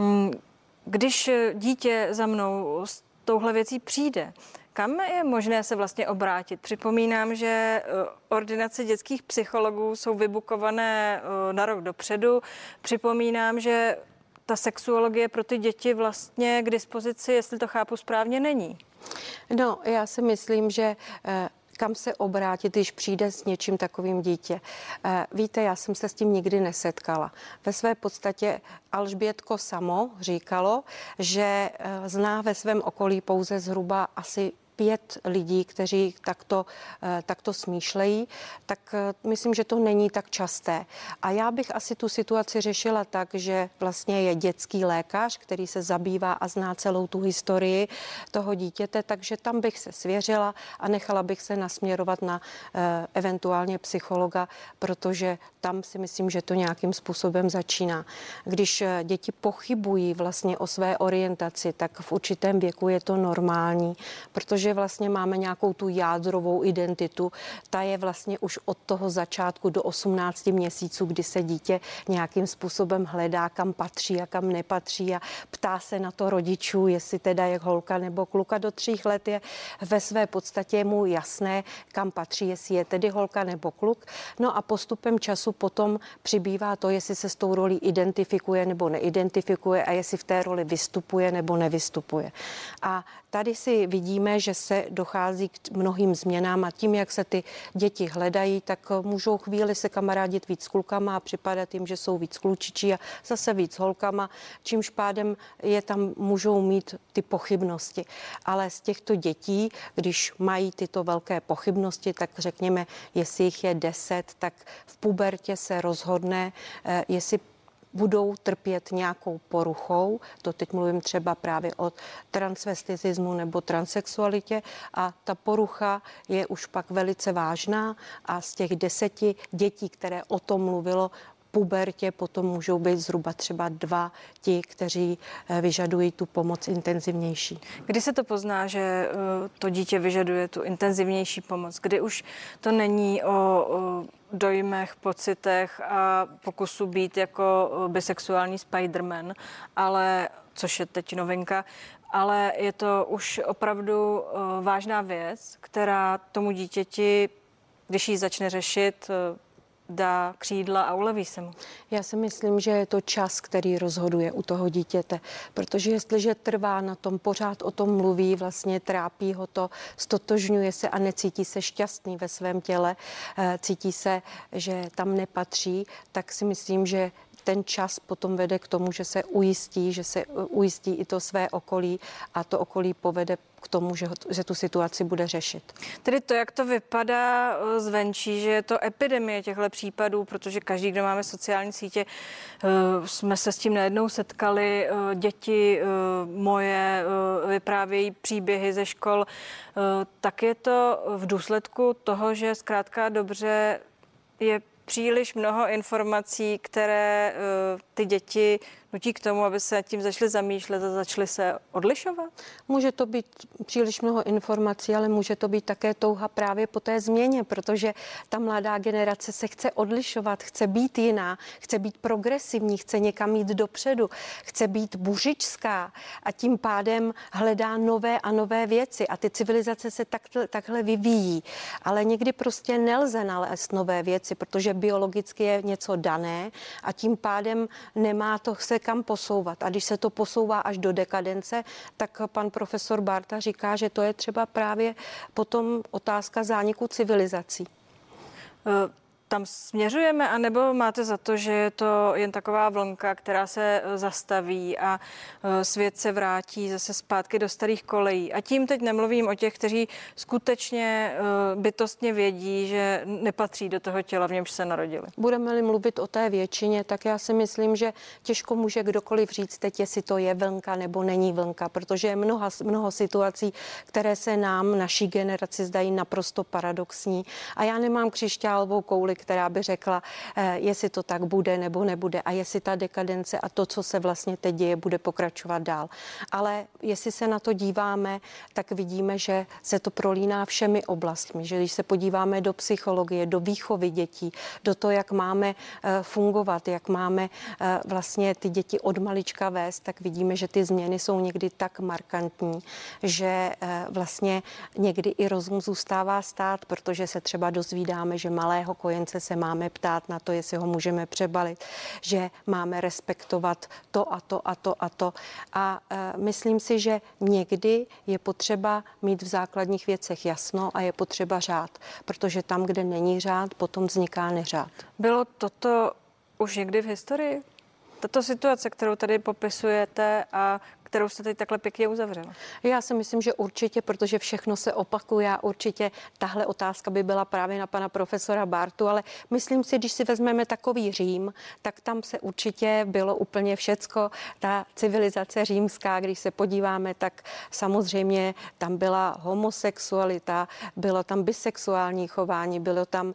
Když dítě za mnou s touhle věcí přijde, kam je možné se vlastně obrátit? Připomínám, že ordinace dětských psychologů jsou vybukované na rok dopředu. Připomínám, že ta sexuologie pro ty děti vlastně k dispozici, jestli to chápu správně, není. No, já si myslím, že kam se obrátit, když přijde s něčím takovým dítě. Víte, já jsem se s tím nikdy nesetkala. Ve své podstatě Alžbětko samo říkalo, že zná ve svém okolí pouze zhruba asi 5 lidí, kteří takto smýšlejí, tak myslím, že to není tak časté. A já bych asi tu situaci řešila tak, že vlastně je dětský lékař, který se zabývá a zná celou tu historii toho dítěte, takže tam bych se svěřila a nechala bych se nasměrovat na eventuálně psychologa, protože tam si myslím, že to nějakým způsobem začíná. Když děti pochybují vlastně o své orientaci, tak v určitém věku je to normální, protože vlastně máme nějakou tu jádrovou identitu. Ta je vlastně už od toho začátku do 18 měsíců, kdy se dítě nějakým způsobem hledá, kam patří a kam nepatří a ptá se na to rodičů, jestli teda je holka nebo kluka. Do 3 let je ve své podstatě mu jasné, kam patří, jestli je tedy holka nebo kluk. No a postupem času potom přibývá to, jestli se s tou rolí identifikuje nebo neidentifikuje a jestli v té roli vystupuje nebo nevystupuje. A tady si vidíme, že se dochází k mnohým změnám a tím, jak se ty děti hledají, tak můžou chvíli se kamarádit víc s klukama a připadat jim, že jsou víc klučičí a zase víc holkama, čímž pádem je tam můžou mít ty pochybnosti. Ale z těchto dětí, když mají tyto velké pochybnosti, tak řekněme, jestli jich je 10, tak v pubertě se rozhodne, jestli budou trpět nějakou poruchou, to teď mluvím třeba právě o transvestitismu nebo transsexualitě, a ta porucha je už pak velice vážná a z těch 10 dětí, které o tom mluvilo, pubertě potom můžou být zhruba třeba 2 ti, kteří vyžadují tu pomoc intenzivnější. Kdy se to pozná, že to dítě vyžaduje tu intenzivnější pomoc? Kdy už to není o dojmech, pocitech a pokusu být jako bisexuální Spiderman, ale, což je teď novinka, ale je to už opravdu vážná věc, která tomu dítěti, když ji začne řešit, dá křídla a uleví se mu. Já si myslím, že je to čas, který rozhoduje u toho dítěte, protože jestliže trvá na tom, pořád o tom mluví, vlastně trápí ho to, stotožňuje se a necítí se šťastný ve svém těle, cítí se, že tam nepatří, tak si myslím, že ten čas potom vede k tomu, že se ujistí i to své okolí a to okolí povede k tomu, že tu situaci bude řešit. Tedy to, jak to vypadá zvenčí, že je to epidemie těchto případů, protože každý, kdo máme sociální sítě, jsme se s tím nejednou setkali. Děti moje vyprávějí příběhy ze škol. Tak je to v důsledku toho, že zkrátka dobře je příliš mnoho informací, které ty děti nutí k tomu, aby se tím začaly zamýšlet a začaly se odlišovat? Může to být příliš mnoho informací, ale může to být také touha právě po té změně, protože ta mladá generace se chce odlišovat, chce být jiná, chce být progresivní, chce někam jít dopředu, chce být buřičská a tím pádem hledá nové a nové věci a ty civilizace se takhle vyvíjí. Ale někdy prostě nelze nalézt nové věci, protože biologicky je něco dané a tím pádem nemá to se kam posouvat. A když se to posouvá až do dekadence, tak pan profesor Bárta říká, že to je třeba právě potom otázka zániku civilizací. Tam směřujeme, anebo máte za to, že je to jen taková vlnka, která se zastaví a svět se vrátí zase zpátky do starých kolejí? A tím teď nemluvím o těch, kteří skutečně bytostně vědí, že nepatří do toho těla, v němž se narodili. Budeme-li mluvit o té většině, tak já si myslím, že těžko může kdokoliv říct teď, jestli to je vlnka nebo není vlnka, protože je mnoho situací, které se nám, naší generaci, zdají naprosto paradoxní. A já nemám křišťálovou kouli, která by řekla, jestli to tak bude nebo nebude a jestli ta dekadence a to, co se vlastně teď děje, bude pokračovat dál. Ale jestli se na to díváme, tak vidíme, že se to prolíná všemi oblastmi, že když se podíváme do psychologie, do výchovy dětí, do toho, jak máme fungovat, jak máme vlastně ty děti od malička vést, tak vidíme, že ty změny jsou někdy tak markantní, že vlastně někdy i rozum zůstává stát, protože se třeba dozvídáme, že malého kojence se máme ptát na to, jestli ho můžeme přebalit, že máme respektovat to a to a to a to. A myslím si, že někdy je potřeba mít v základních věcech jasno a je potřeba řád, protože tam, kde není řád, potom vzniká neřád. Bylo toto už někdy v historii? Tato situace, kterou tady popisujete a kterou jste teď takhle pěkně uzavřela? Já si myslím, že určitě, protože všechno se opakuje a určitě tahle otázka by byla právě na pana profesora Bártu, ale myslím si, když si vezmeme takový Řím, tak tam se určitě bylo úplně všecko. Ta civilizace římská, když se podíváme, tak samozřejmě tam byla homosexualita, bylo tam bisexuální chování, bylo tam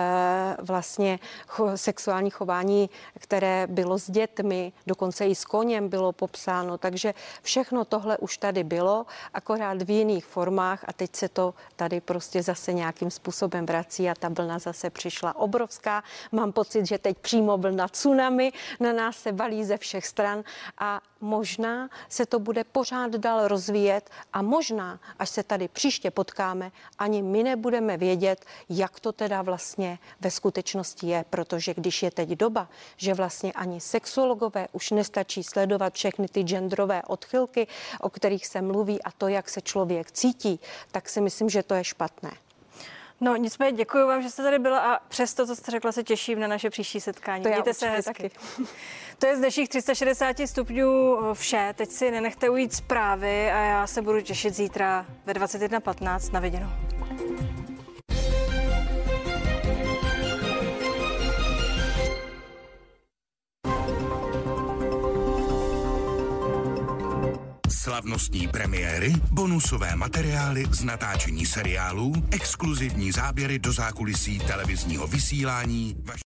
vlastně sexuální chování, které bylo s dětmi, dokonce i s koněm bylo popsáno, takže všechno tohle už tady bylo, akorát v jiných formách a teď se to tady prostě zase nějakým způsobem vrací a ta vlna zase přišla obrovská. Mám pocit, že teď přímo vlna tsunami na nás se valí ze všech stran a možná se to bude pořád dál rozvíjet a možná, až se tady příště potkáme, ani my nebudeme vědět, jak to teda vlastně ve skutečnosti je, protože když je teď doba, že vlastně ani sexuologové už nestačí sledovat všechny ty genderové odchylky, o kterých se mluví a to, jak se člověk cítí, tak si myslím, že to je špatné. No nicméně děkuji vám, že jste tady byla a přesto, co jste řekla, se těším na naše příští setkání. Mějte se hezky. Taky. To je z dnešních 360 stupňů vše. Teď si nenechte ujít zprávy a já se budu těšit zítra ve 21:15 na viděnou. Slavnostní premiéry, bonusové materiály z natáčení seriálů, exkluzivní záběry do zákulisí televizního vysílání.